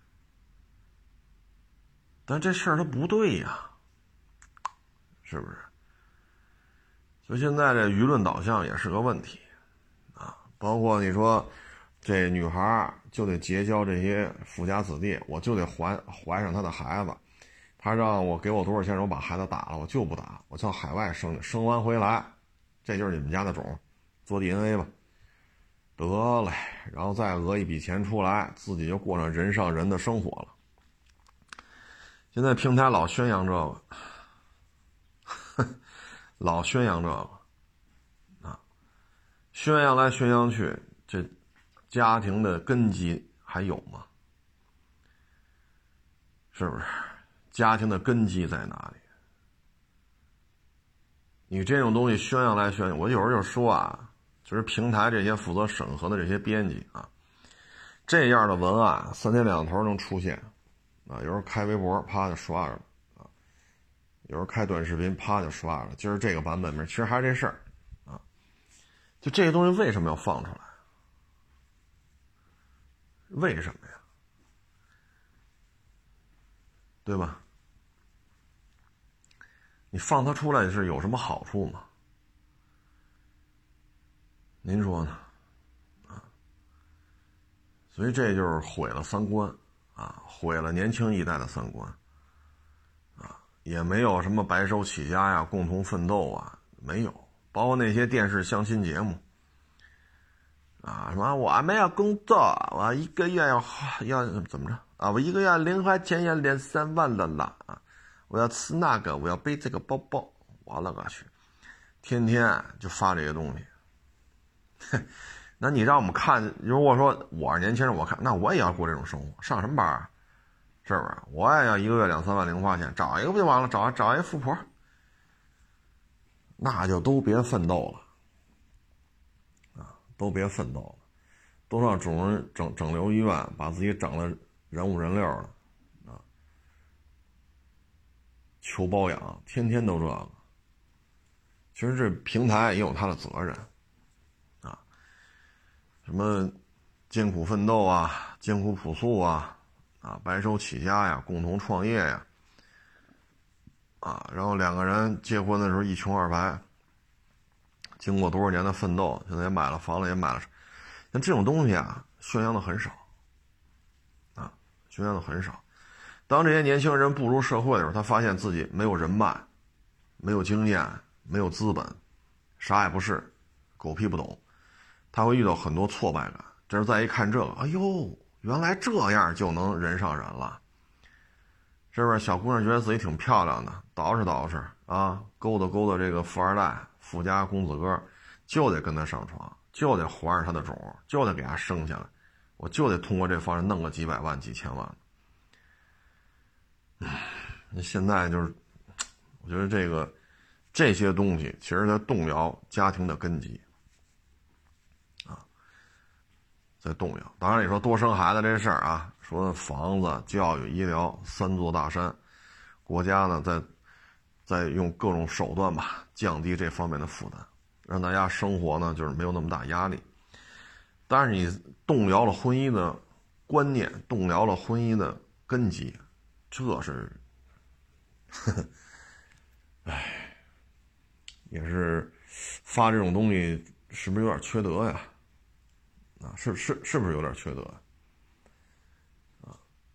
[SPEAKER 1] 但这事儿它不对呀，是不是？所以现在这舆论导向也是个问题啊，包括你说这女孩就得结交这些富家子弟，我就得怀上他的孩子，他让我给我多少钱，我把孩子打了，我就不打，我上海外生完回来，这就是你们家的种，做 DNA 吧，得嘞，然后再讹一笔钱出来，自己就过上人上人的生活了。现在平台老宣扬这个，老宣扬这个啊，宣扬来宣扬去，这家庭的根基还有吗？是不是？家庭的根基在哪里？你这种东西宣扬来宣扬，我有时候就说啊，就是平台这些负责审核的这些编辑啊，这样的文案3天2头能出现啊，有时候开微博啪就刷着了啊，有时候开短视频啪就刷了，今儿这个版本其实还是这事儿啊，就这个东西为什么要放出来？为什么呀？对吧？你放它出来是有什么好处吗？您说呢？啊，所以这就是毁了三观啊，毁了年轻一代的三观啊，也没有什么白手起家呀、共同奋斗啊，没有，包括那些电视相亲节目啊，什么我没有工作，我一个月要怎么着啊？我一个月零花钱要2-3万了啦啊！我要吃那个，我要背这个包包，我勒个去，天天就发这些东西。那你让我们看，如果说我是年轻人，我看那我也要过这种生活，上什么班啊？是不是？我也要一个月2-3万零花钱，找一个不就完了？找一个富婆，那就都别奋斗了啊，都别奋斗了，都上肿瘤医院把自己整得人五人六的啊，求包养，天天都这个。其实这平台也有它的责任啊，什么艰苦奋斗啊，艰苦朴素啊， 啊，白手起家呀，共同创业呀，啊，然后两个人结婚的时候一穷二白，经过多少年的奋斗，现在也买了房子，也买了，像这种东西啊，宣扬的很少，啊，宣扬的很少。当这些年轻人步入社会的时候，他发现自己没有人脉，没有经验，没有资本，啥也不是，狗屁不懂，他会遇到很多挫败感。这是再一看这个，哎呦，原来这样就能人上人了，是不是？小姑娘觉得自己挺漂亮的，捯饬捯饬啊，勾搭勾搭这个富二代、富家公子哥，就得跟他上床，就得环着他的种，就得给他生下来，我就得通过这方式弄个几百万、几千万。那现在就是，我觉得这些东西其实在动摇家庭的根基啊，在动摇。当然你说多生孩子这事儿啊，说房子、教育、医疗三座大山，国家呢在用各种手段吧降低这方面的负担，让大家生活呢就是没有那么大压力。但是你动摇了婚姻的观念，动摇了婚姻的根基，这是唉，也是发这种东西是不是有点缺德呀？啊，是不是有点缺德啊？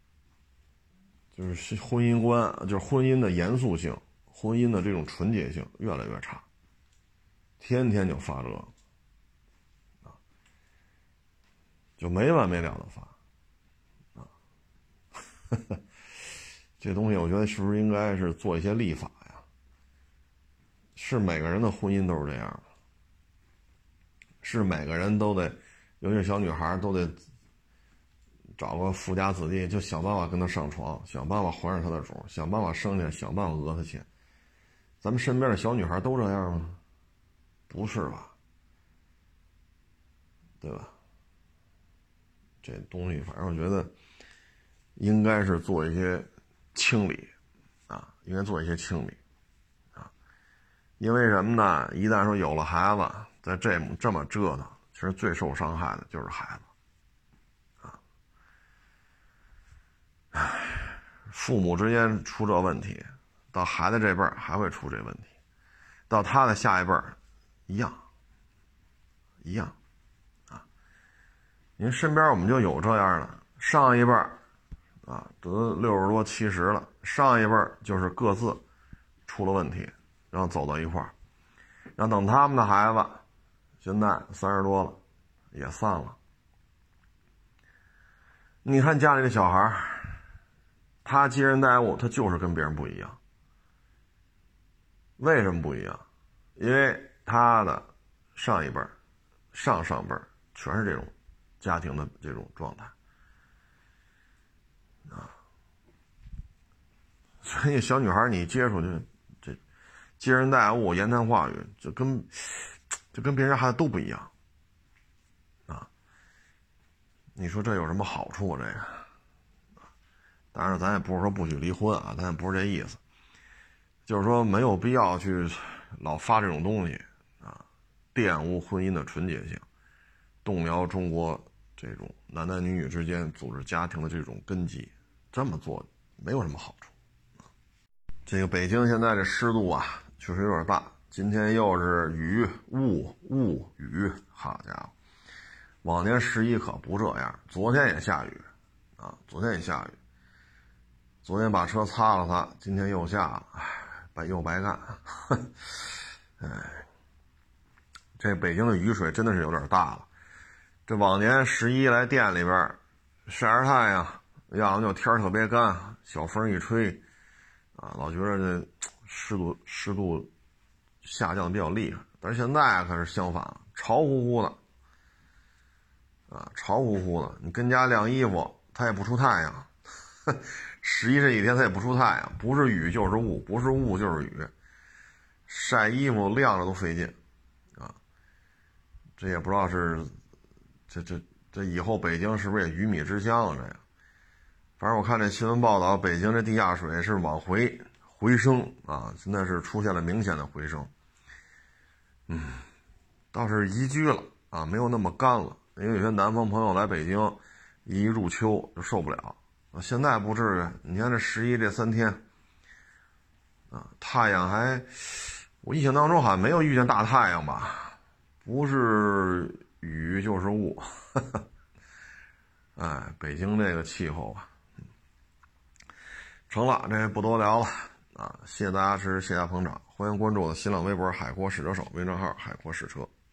[SPEAKER 1] 就是婚姻观，就是婚姻的严肃性，婚姻的这种纯洁性越来越差，天天就发这个啊，就没完没了的发啊。这东西我觉得是不是应该是做一些立法呀？是每个人的婚姻都是这样的，是每个人都得，尤其是小女孩都得找个富家子弟，就想办法跟他上床，想办法环着他的种，想办法生下，想办法讹他钱。咱们身边的小女孩都这样吗？不是吧？对吧？这东西反正我觉得应该是做一些清理啊，应该做一些清理啊。因为什么呢？一旦说有了孩子，在这么折腾，其实最受伤害的就是孩子啊。唉，父母之间出这问题，到孩子这辈儿还会出这问题，到他的下一辈儿一样啊。您身边我们就有这样的，上一辈儿啊得60多70了，上一辈儿就是各自出了问题，然后走到一块儿，然后等他们的孩子现在30多了也散了。你看家里的小孩，他接人待物他就是跟别人不一样。为什么不一样？因为他的上一辈儿、上上辈儿全是这种家庭的这种状态啊。所以小女孩你接触这接人待物、言谈话语就跟别人孩子都不一样啊。你说这有什么好处？这个当然咱也不是说不许离婚啊，咱也不是这意思，就是说没有必要去老发这种东西啊，玷污婚姻的纯洁性，动摇中国这种男男女女之间组织家庭的这种根基，这么做没有什么好处。这个北京现在这湿度啊确实有点大，今天又是雨雾雨，好家伙，往年11可不这样，昨天也下雨啊，昨天把车擦了擦，今天又下了，又白干。哎，这北京的雨水真的是有点大了。这往年11来店里边晒晒太阳，要么就天特别干，小风一吹啊，老觉得这湿度下降的比较厉害。但是现在可是相反了，潮乎乎的啊，潮乎乎的。你跟家晾衣服，它也不出太阳。11这一天它也不出太阳，不是雨就是雾，不是雾就是雨，晒衣服晾着都费劲啊。这也不知道是这以后北京是不是也鱼米之乡了？这样，反正我看这新闻报道，北京这地下水是往回升啊，现在是出现了明显的回升。倒是宜居了啊，没有那么干了。因为有些南方朋友来北京，一入秋就受不了现在不至于，你看这11这3天啊，太阳还，我印象当中好像没有遇见大太阳吧，不是雨就是雾。哎，北京这个气候啊，成了，这不多聊了啊！谢谢大家支持，谢谢大家捧场，欢迎关注我的新浪微博海阔试车手微账号海阔试车。